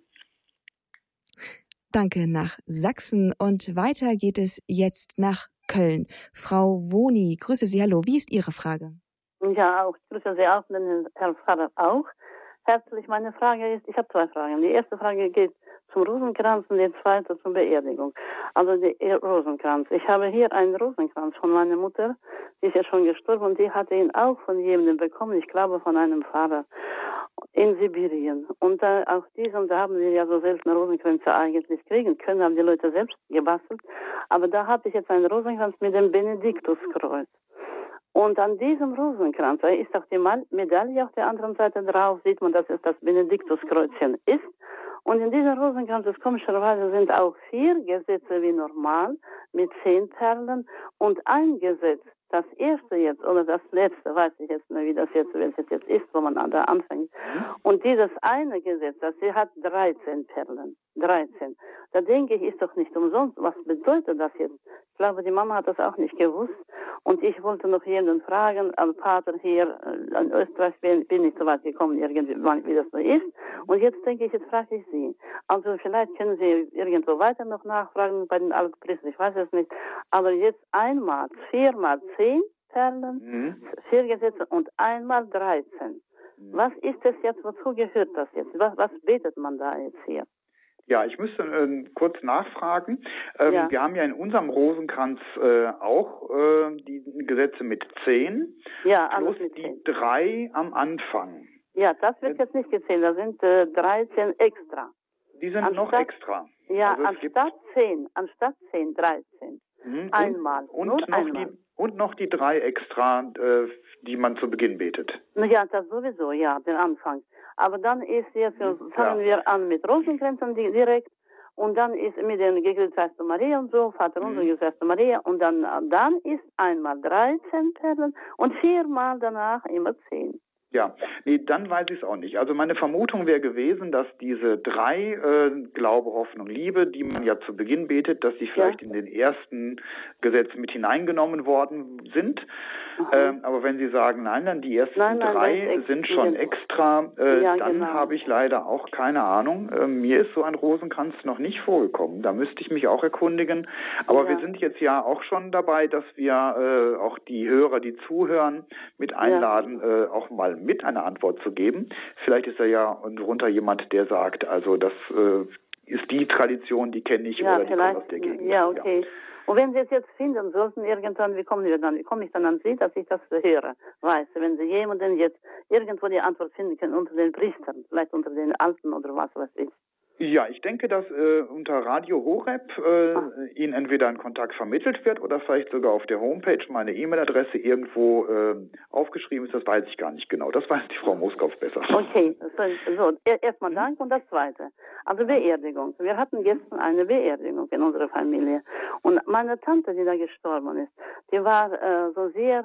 Danke nach Sachsen und weiter geht es jetzt nach Köln. Frau Woni, grüße Sie, hallo. Wie ist Ihre Frage? Ja, auch. Ich grüße Sie auch, den Herrn Pfarrer auch. Herzlich, meine Frage ist, ich habe zwei Fragen. Die erste Frage geht zum Rosenkranz und die zweite zur Beerdigung. Also der Rosenkranz. Ich habe hier einen Rosenkranz von meiner Mutter, die ist ja schon gestorben und die hatte ihn auch von jemandem bekommen, ich glaube von einem Pfarrer in Sibirien. Und da auch diesen, da haben wir ja so seltene Rosenkränze eigentlich kriegen können, haben die Leute selbst gebastelt. Aber da habe ich jetzt einen Rosenkranz mit dem Benediktuskreuz. Und an diesem Rosenkranz, da ist auch die Medaille auf der anderen Seite drauf, sieht man, dass es das Benediktuskreuzchen ist. Und in diesem Rosenkranz, komischerweise, sind auch vier Gesetze wie normal mit zehn Perlen und ein Gesetz, das erste jetzt oder das letzte, weiß ich jetzt nicht, wie das jetzt, welches jetzt ist, wo man da anfängt. Und dieses eine Gesetz, das sie hat dreizehn Perlen. dreizehn. Da denke ich, ist doch nicht umsonst. Was bedeutet das jetzt? Ich glaube, die Mama hat das auch nicht gewusst. Und ich wollte noch jemanden fragen, am Vater hier in Österreich bin, bin ich so weit gekommen, irgendwie, wie das so ist. Und jetzt denke ich, jetzt frage ich Sie. Also vielleicht können Sie irgendwo weiter noch nachfragen bei den Altpriestern, ich weiß es nicht. Aber jetzt einmal, viermal zehn Perlen, mhm. vier Gesetze und einmal dreizehn. Mhm. Was ist das jetzt, wozu gehört das jetzt? Was, was betet man da jetzt hier? Ja, ich müsste äh, kurz nachfragen. Ähm, ja. Wir haben ja in unserem Rosenkranz äh, auch äh, die Gesetze mit zehn, ja, plus mit die zehn. drei am Anfang. Ja, das wird jetzt nicht gezählt, da sind äh, dreizehn extra. Die sind anstatt, noch extra. Ja, also anstatt zehn, anstatt zehn, dreizehn. Mhm. Einmal. Und, Nur und, noch einmal. Die, und noch die drei extra, äh, die man zu Beginn betet. Ja, das sowieso, ja, den Anfang. Aber dann ist jetzt, fangen ja. wir an mit Rosenkränzen direkt und dann ist mit den Gegrüßte Maria und so, Vater unser, mhm. Gegrüßte Maria und dann, dann ist einmal dreizehn Perlen und viermal danach immer zehn. Ja, nee, dann weiß ich es auch nicht. Also meine Vermutung wäre gewesen, dass diese drei äh, Glaube, Hoffnung, Liebe, die man ja zu Beginn betet, dass sie vielleicht ja. in den ersten Gesetz mit hineingenommen worden sind. Ähm, aber wenn Sie sagen, nein, dann die ersten nein, nein, drei sind schon extra, äh, ja, dann genau. habe ich leider auch keine Ahnung. Äh, mir ist so ein Rosenkranz noch nicht vorgekommen. Da müsste ich mich auch erkundigen. Aber ja. wir sind jetzt ja auch schon dabei, dass wir äh, auch die Hörer, die zuhören, mit einladen, ja. äh, auch mal mit eine Antwort zu geben. Vielleicht ist da ja drunter jemand, der sagt, also das äh, ist die Tradition, die kenne ich ja, oder die kommt aus der Gegend. Ja, okay. Ja. Und wenn Sie es jetzt finden sollten, irgendwann, wie kommen wir dann? Wie komme ich dann an Sie, dass ich das höre? Weißt du, wenn Sie jemanden jetzt irgendwo die Antwort finden können unter den Priestern, vielleicht unter den Alten oder was weiß ich. Ja, ich denke, dass äh, unter Radio Horeb äh, Ihnen entweder ein Kontakt vermittelt wird oder vielleicht sogar auf der Homepage meine E-Mail-Adresse irgendwo äh, aufgeschrieben ist. Das weiß ich gar nicht genau. Das weiß die Frau Moskow besser. Okay, so, so erstmal Dank und das Zweite. Also Beerdigung. Wir hatten gestern eine Beerdigung in unserer Familie. Und meine Tante, die da gestorben ist, die war äh, so sehr,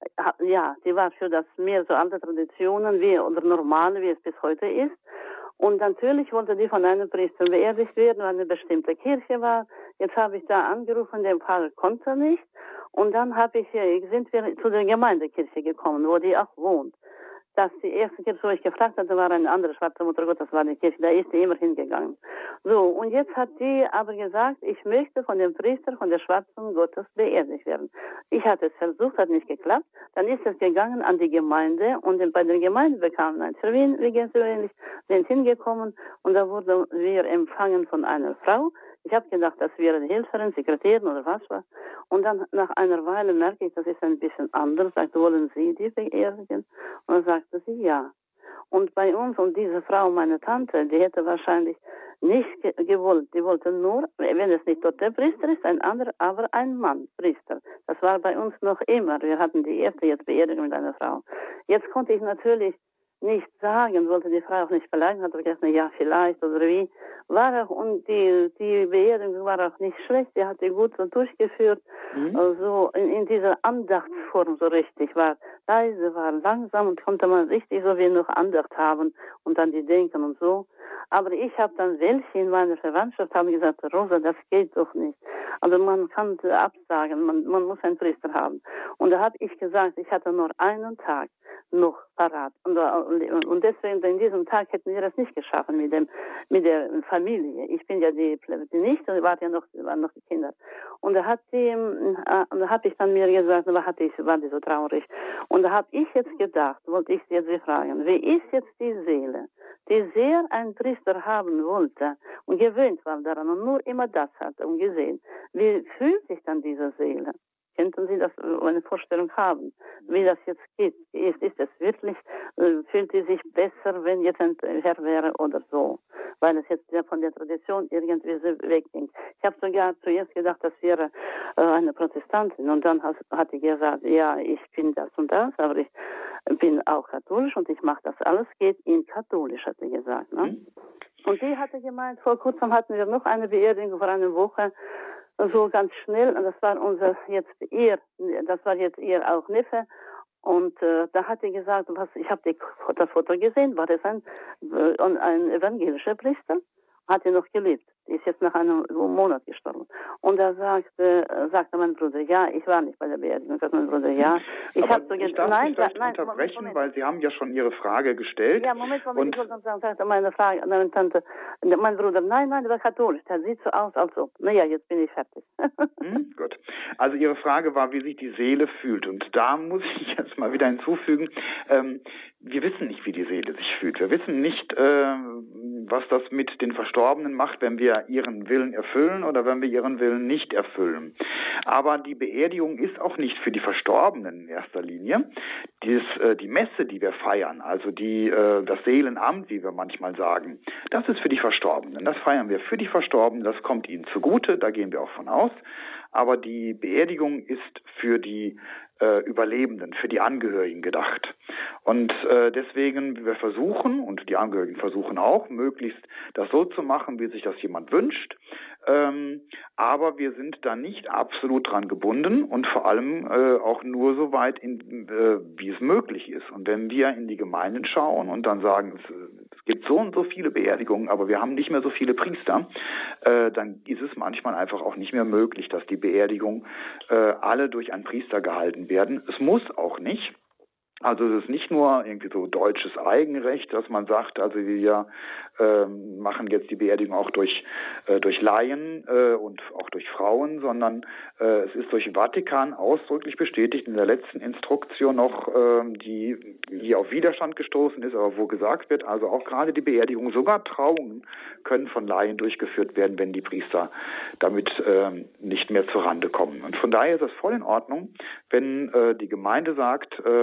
ja, die war für das mehr so alte Traditionen wie oder normale, wie es bis heute ist. Und natürlich wollte die von einem Priester beerdigt werden, weil eine bestimmte Kirche war. Jetzt habe ich da angerufen, der Pfarrer konnte nicht. Und dann habe ich, sind wir zu der Gemeindekirche gekommen, wo die auch wohnt. Das die erste Kirche, wo ich gefragt hatte, war eine andere schwarze Mutter Gottes, das war die Kirche, da ist die immer hingegangen. So, und jetzt hat die aber gesagt, ich möchte von dem Priester, von der schwarzen Gottes beerdigt werden. Ich hatte es versucht, hat nicht geklappt. Dann ist es gegangen an die Gemeinde und bei der Gemeinde bekamen ein Termin, wie gewöhnlich, sind hingekommen und da wurden wir empfangen von einer Frau. Ich habe gedacht, das wäre die Helferin, Sekretärin oder was war. Und dann nach einer Weile merke ich, das ist ein bisschen anders. Sagte, wollen Sie die beerdigen? Und dann sagte sie, ja. Und bei uns und diese Frau, meine Tante, die hätte wahrscheinlich nicht ge gewollt. Die wollte nur, wenn es nicht dort der Priester ist, ein anderer, aber ein Mann, Priester. Das war bei uns noch immer. Wir hatten die erste jetzt Beerdigung mit einer Frau. Jetzt konnte ich natürlich nicht sagen, wollte die Frau auch nicht beleidigen, hat gesagt, na ja, vielleicht oder wie. War auch, und die, die Beerdigung war auch nicht schlecht, die hat die gut so durchgeführt, mhm. also in, in dieser Andachtsform so richtig, war leise, war langsam und konnte man richtig so wie noch Andacht haben und dann die denken und so. Aber ich habe dann welche in meiner Verwandtschaft haben gesagt, Rosa, das geht doch nicht. Also man kann absagen, man, man muss einen Priester haben. Und da habe ich gesagt, ich hatte nur einen Tag noch parat. Und, und, und deswegen, in diesem Tag hätten wir das nicht geschaffen mit dem, mit der Familie. Ich bin ja die, die Nichte, und war ja noch, waren noch die Kinder. Und da hat die, äh, da habe ich dann mir gesagt, da hatte ich, war die so traurig. Und da habe ich jetzt gedacht, wollte ich jetzt sie fragen, wie ist jetzt die Seele, die sehr einen Priester haben wollte und gewöhnt war daran und nur immer das hatte und gesehen. Wie fühlt sich dann diese Seele? Könnten Sie das eine Vorstellung haben, wie das jetzt geht? Ist, ist es wirklich, äh, fühlt sie sich besser, wenn jetzt ein Herr wäre oder so? Weil es jetzt von der Tradition irgendwie so wegging. Ich habe sogar zuerst gedacht, das wäre äh, eine Protestantin. Und dann hat, hat die gesagt, ja, ich bin das und das, aber ich bin auch katholisch und ich mache das alles, geht in katholisch, hat sie gesagt. Ne? Mhm. Und die hatte gemeint, vor kurzem hatten wir noch eine Beerdigung vor einer Woche, so ganz schnell, und das war unser jetzt ihr, das war jetzt ihr auch Neffe, und äh, da hat sie gesagt, was, ich habe das Foto gesehen, war das ein, äh, ein evangelischer Priester, hat er noch gelebt, die ist jetzt nach einem Monat gestorben. Und da sagte, sagte mein Bruder, ja, ich war nicht bei der Beerdigung, sagte mein Bruder, ja. Ich habe so gesagt, nein, nein, nein, unterbrechen, Moment, weil Sie haben ja schon Ihre Frage gestellt. Ja, Moment, Moment, und ich wollte sagen, sagte meine Frage, meine Tante, mein Bruder, nein, nein, der war katholisch, der sieht so aus, als ob. Naja, jetzt bin ich fertig. hm, gut. Also Ihre Frage war, wie sich die Seele fühlt. Und da muss ich jetzt mal wieder hinzufügen, ähm, wir wissen nicht, wie die Seele sich fühlt. Wir wissen nicht, äh, was das mit den Verstorbenen macht, wenn wir ihren Willen erfüllen oder wenn wir ihren Willen nicht erfüllen. Aber die Beerdigung ist auch nicht für die Verstorbenen in erster Linie. Dies, äh, die Messe, die wir feiern, also die, äh, das Seelenamt, wie wir manchmal sagen, das ist für die Verstorbenen. Das feiern wir für die Verstorbenen, das kommt ihnen zugute, da gehen wir auch von aus. Aber die Beerdigung ist für die äh, Überlebenden, für die Angehörigen gedacht. Und äh, deswegen, wir versuchen, und die Angehörigen versuchen auch, möglichst das so zu machen, wie sich das jemand wünscht. Ähm, aber wir sind da nicht absolut dran gebunden und vor allem äh, auch nur so weit, in, äh, wie es möglich ist. Und wenn wir in die Gemeinden schauen und dann sagen, es, es gibt so und so viele Beerdigungen, aber wir haben nicht mehr so viele Priester, äh, dann ist es manchmal einfach auch nicht mehr möglich, dass die Beerdigung äh, alle durch einen Priester gehalten werden. Es muss auch nicht. Also es ist nicht nur irgendwie so deutsches Eigenrecht, dass man sagt, also wir äh, machen jetzt die Beerdigung auch durch äh, durch Laien äh, und auch durch Frauen, sondern äh, es ist durch Vatikan ausdrücklich bestätigt in der letzten Instruktion noch, äh, die hier auf Widerstand gestoßen ist, aber wo gesagt wird, also auch gerade die Beerdigung, sogar Trauungen können von Laien durchgeführt werden, wenn die Priester damit äh, nicht mehr zur Rande kommen. Und von daher ist es voll in Ordnung, wenn äh, die Gemeinde sagt, äh, bei uns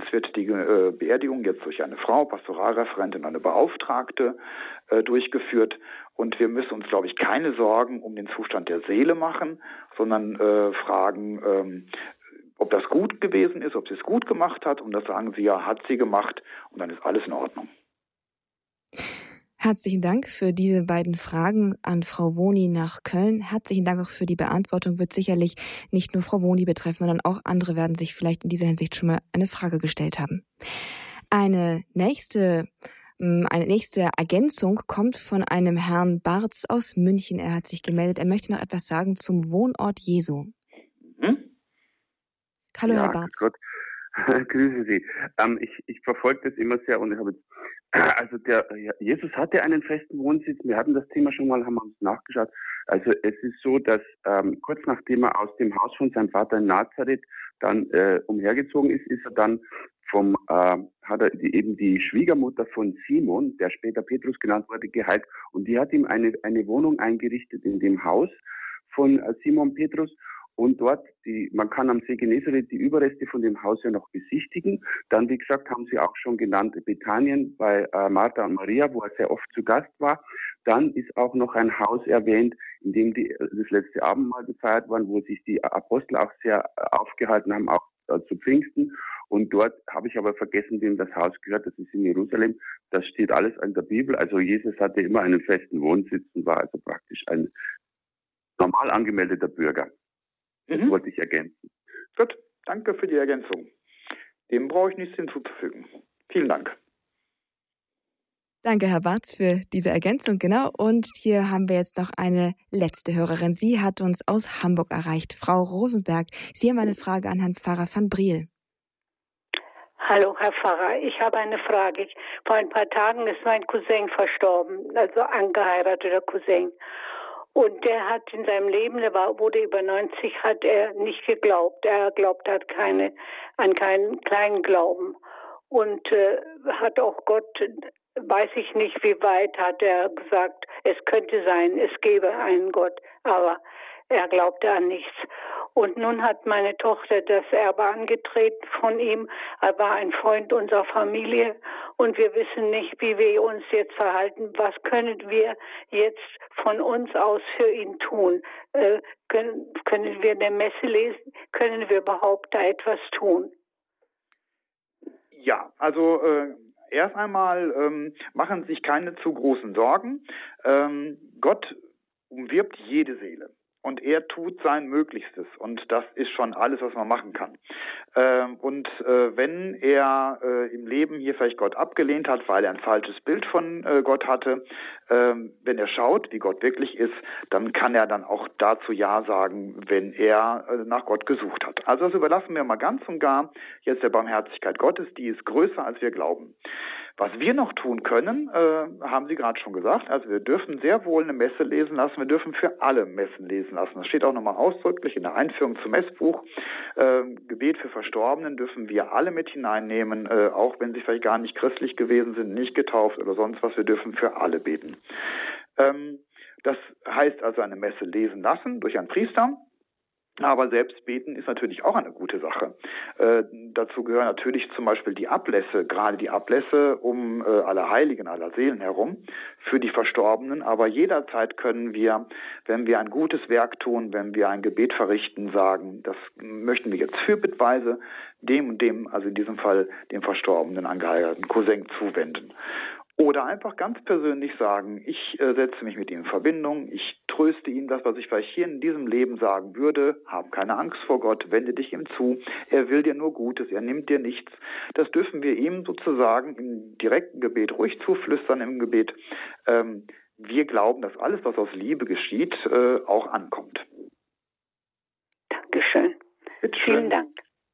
wird die äh, Beerdigung jetzt durch eine Frau, Pastoralreferentin, eine Beauftragte äh, durchgeführt. Und wir müssen uns, glaube ich, keine Sorgen um den Zustand der Seele machen, sondern äh, fragen, ähm, ob das gut gewesen ist, ob sie es gut gemacht hat. Und das sagen sie ja, hat sie gemacht. Und dann ist alles in Ordnung. Herzlichen Dank für diese beiden Fragen an Frau Woni nach Köln. Herzlichen Dank auch für die Beantwortung. Wird sicherlich nicht nur Frau Woni betreffen, sondern auch andere werden sich vielleicht in dieser Hinsicht schon mal eine Frage gestellt haben. Eine nächste, eine nächste Ergänzung kommt von einem Herrn Barz aus München. Er hat sich gemeldet. Er möchte noch etwas sagen zum Wohnort Jesu. Hm? Hallo, ja, Herr Barz. Gott. Grüße Sie. Ähm, ich, ich verfolge das immer sehr und ich habe jetzt, also der Jesus hatte einen festen Wohnsitz. Wir hatten das Thema schon mal, haben wir uns nachgeschaut. Also es ist so, dass ähm, kurz nachdem er aus dem Haus von seinem Vater in Nazareth dann äh, umhergezogen ist, ist er dann vom äh, hat er die, eben die Schwiegermutter von Simon, der später Petrus genannt wurde, geheilt und die hat ihm eine eine Wohnung eingerichtet in dem Haus von äh, Simon Petrus. Und dort, die, man kann am See Genezareth die Überreste von dem Haus ja noch besichtigen. Dann, wie gesagt, haben Sie auch schon genannt, Bethanien bei äh, Martha und Maria, wo er sehr oft zu Gast war. Dann ist auch noch ein Haus erwähnt, in dem die, das letzte Abendmahl gefeiert worden, wo sich die Apostel auch sehr äh, aufgehalten haben, auch äh, zu Pfingsten. Und dort habe ich aber vergessen, wem das Haus gehört. Das ist in Jerusalem. Das steht alles in der Bibel. Also Jesus hatte immer einen festen Wohnsitz und war also praktisch ein normal angemeldeter Bürger. Das mhm. wollte ich ergänzen. Gut, danke für die Ergänzung. Dem brauche ich nichts hinzuzufügen. Vielen Dank. Danke, Herr Barz, für diese Ergänzung. Genau. Und hier haben wir jetzt noch eine letzte Hörerin. Sie hat uns aus Hamburg erreicht. Frau Rosenberg, Sie haben eine Frage an Herrn Pfarrer van Briel. Hallo, Herr Pfarrer. Ich habe eine Frage. Vor ein paar Tagen ist mein Cousin verstorben, also angeheirateter Cousin. Und der hat in seinem Leben, der war, wurde über neunzig, hat er nicht geglaubt. Er glaubt, hat keine, an keinen kleinen Glauben. Und äh, hat auch Gott, weiß ich nicht, wie weit, hat er gesagt, es könnte sein, es gäbe einen Gott. Aber er glaubte an nichts. Und nun hat meine Tochter das Erbe angetreten von ihm. Er war ein Freund unserer Familie und wir wissen nicht, wie wir uns jetzt verhalten. Was können wir jetzt von uns aus für ihn tun? Äh, können, können wir eine Messe lesen? Können wir überhaupt da etwas tun? Ja, also äh, erst einmal ähm, machen Sie sich keine zu großen Sorgen. Ähm, Gott umwirbt jede Seele. Und er tut sein Möglichstes. Und das ist schon alles, was man machen kann. Ähm, und äh, wenn er äh, im Leben hier vielleicht Gott abgelehnt hat, weil er ein falsches Bild von äh, Gott hatte, ähm, wenn er schaut, wie Gott wirklich ist, dann kann er dann auch dazu Ja sagen, wenn er äh, nach Gott gesucht hat. Also das überlassen wir mal ganz und gar jetzt der Barmherzigkeit Gottes, die ist größer, als wir glauben. Was wir noch tun können, äh, haben Sie gerade schon gesagt, also wir dürfen sehr wohl eine Messe lesen lassen, wir dürfen für alle Messen lesen lassen. Das steht auch nochmal ausdrücklich in der Einführung zum Messbuch. Äh, Gebet für Verstorbenen dürfen wir alle mit hineinnehmen, äh, auch wenn sie vielleicht gar nicht christlich gewesen sind, nicht getauft oder sonst was, wir dürfen für alle beten. Ähm, das heißt also eine Messe lesen lassen durch einen Priester. Aber selbst beten ist natürlich auch eine gute Sache. Äh, dazu gehören natürlich zum Beispiel die Ablässe, gerade die Ablässe um äh, aller Heiligen, aller Seelen herum, für die Verstorbenen. Aber jederzeit können wir, wenn wir ein gutes Werk tun, wenn wir ein Gebet verrichten, sagen, das möchten wir jetzt fürbittweise dem und dem, also in diesem Fall dem verstorbenen, angeheirateten Cousin zuwenden. Oder einfach ganz persönlich sagen, ich äh, setze mich mit ihm in Verbindung, ich tröste ihn, das, was ich vielleicht hier in diesem Leben sagen würde, hab keine Angst vor Gott, wende dich ihm zu, er will dir nur Gutes, er nimmt dir nichts. Das dürfen wir ihm sozusagen im direkten Gebet ruhig zuflüstern im Gebet. Ähm, wir glauben, dass alles, was aus Liebe geschieht, äh, auch ankommt. Dankeschön. Bitteschön. Vielen Dank.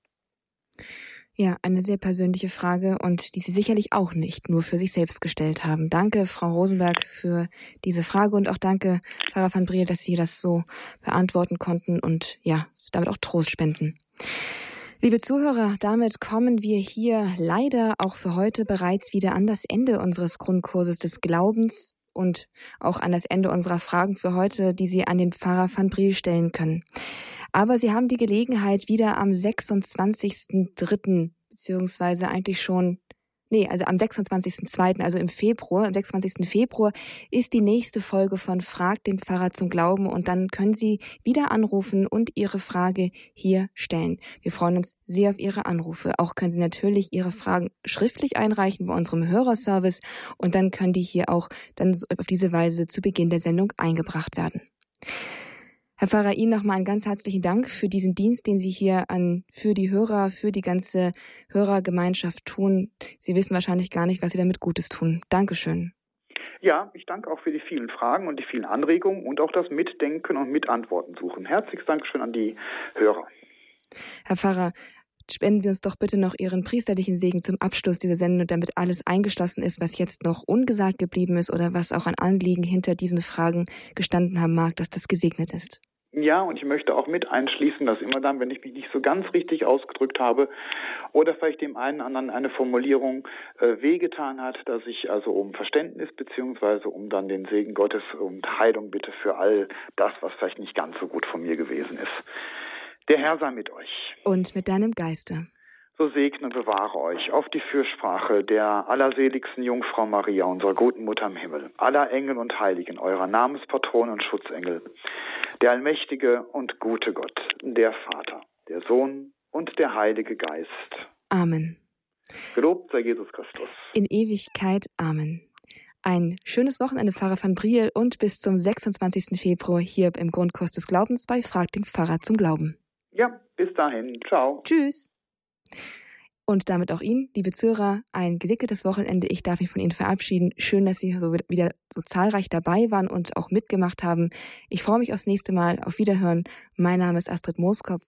Ja, eine sehr persönliche Frage und die Sie sicherlich auch nicht nur für sich selbst gestellt haben. Danke, Frau Rosenberg, für diese Frage und auch danke, Pfarrer van Briel, dass Sie das so beantworten konnten und ja, damit auch Trost spenden. Liebe Zuhörer, damit kommen wir hier leider auch für heute bereits wieder an das Ende unseres Grundkurses des Glaubens und auch an das Ende unserer Fragen für heute, die Sie an den Pfarrer van Briel stellen können. Aber Sie haben die Gelegenheit, wieder am sechsundzwanzigsten dritten beziehungsweise eigentlich schon, nee, also am sechsundzwanzigsten zweiten, also im Februar, am sechsundzwanzigsten Februar ist die nächste Folge von Frag den Pfarrer zum Glauben und dann können Sie wieder anrufen und Ihre Frage hier stellen. Wir freuen uns sehr auf Ihre Anrufe. Auch können Sie natürlich Ihre Fragen schriftlich einreichen bei unserem Hörerservice und dann können die hier auch dann auf diese Weise zu Beginn der Sendung eingebracht werden. Herr Pfarrer, Ihnen nochmal einen ganz herzlichen Dank für diesen Dienst, den Sie hier an für die Hörer, für die ganze Hörergemeinschaft tun. Sie wissen wahrscheinlich gar nicht, was Sie damit Gutes tun. Dankeschön. Ja, ich danke auch für die vielen Fragen und die vielen Anregungen und auch das Mitdenken und Mitantworten suchen. Herzliches Dankeschön an die Hörer. Herr Pfarrer, spenden Sie uns doch bitte noch Ihren priesterlichen Segen zum Abschluss dieser Sendung, damit alles eingeschlossen ist, was jetzt noch ungesagt geblieben ist oder was auch an Anliegen hinter diesen Fragen gestanden haben mag, dass das gesegnet ist. Ja, und ich möchte auch mit einschließen, dass immer dann, wenn ich mich nicht so ganz richtig ausgedrückt habe oder vielleicht dem einen anderen eine Formulierung äh, wehgetan hat, dass ich also um Verständnis beziehungsweise um dann den Segen Gottes und Heilung bitte für all das, was vielleicht nicht ganz so gut von mir gewesen ist. Der Herr sei mit euch. Und mit deinem Geiste. So segne und bewahre euch auf die Fürsprache der allerseligsten Jungfrau Maria, unserer guten Mutter im Himmel, aller Engel und Heiligen, eurer Namenspatronen und Schutzengel, der allmächtige und gute Gott, der Vater, der Sohn und der Heilige Geist. Amen. Gelobt sei Jesus Christus. In Ewigkeit. Amen. Ein schönes Wochenende, Pfarrer van Briel, und bis zum sechsundzwanzigsten Februar hier im Grundkurs des Glaubens bei Frag den Pfarrer zum Glauben. Ja, bis dahin. Ciao. Tschüss. Und damit auch Ihnen, liebe Zuhörer, ein gesegnetes Wochenende. Ich darf mich von Ihnen verabschieden. Schön, dass Sie so wieder so zahlreich dabei waren und auch mitgemacht haben. Ich freue mich aufs nächste Mal. Auf Wiederhören. Mein Name ist Astrid Mooskopf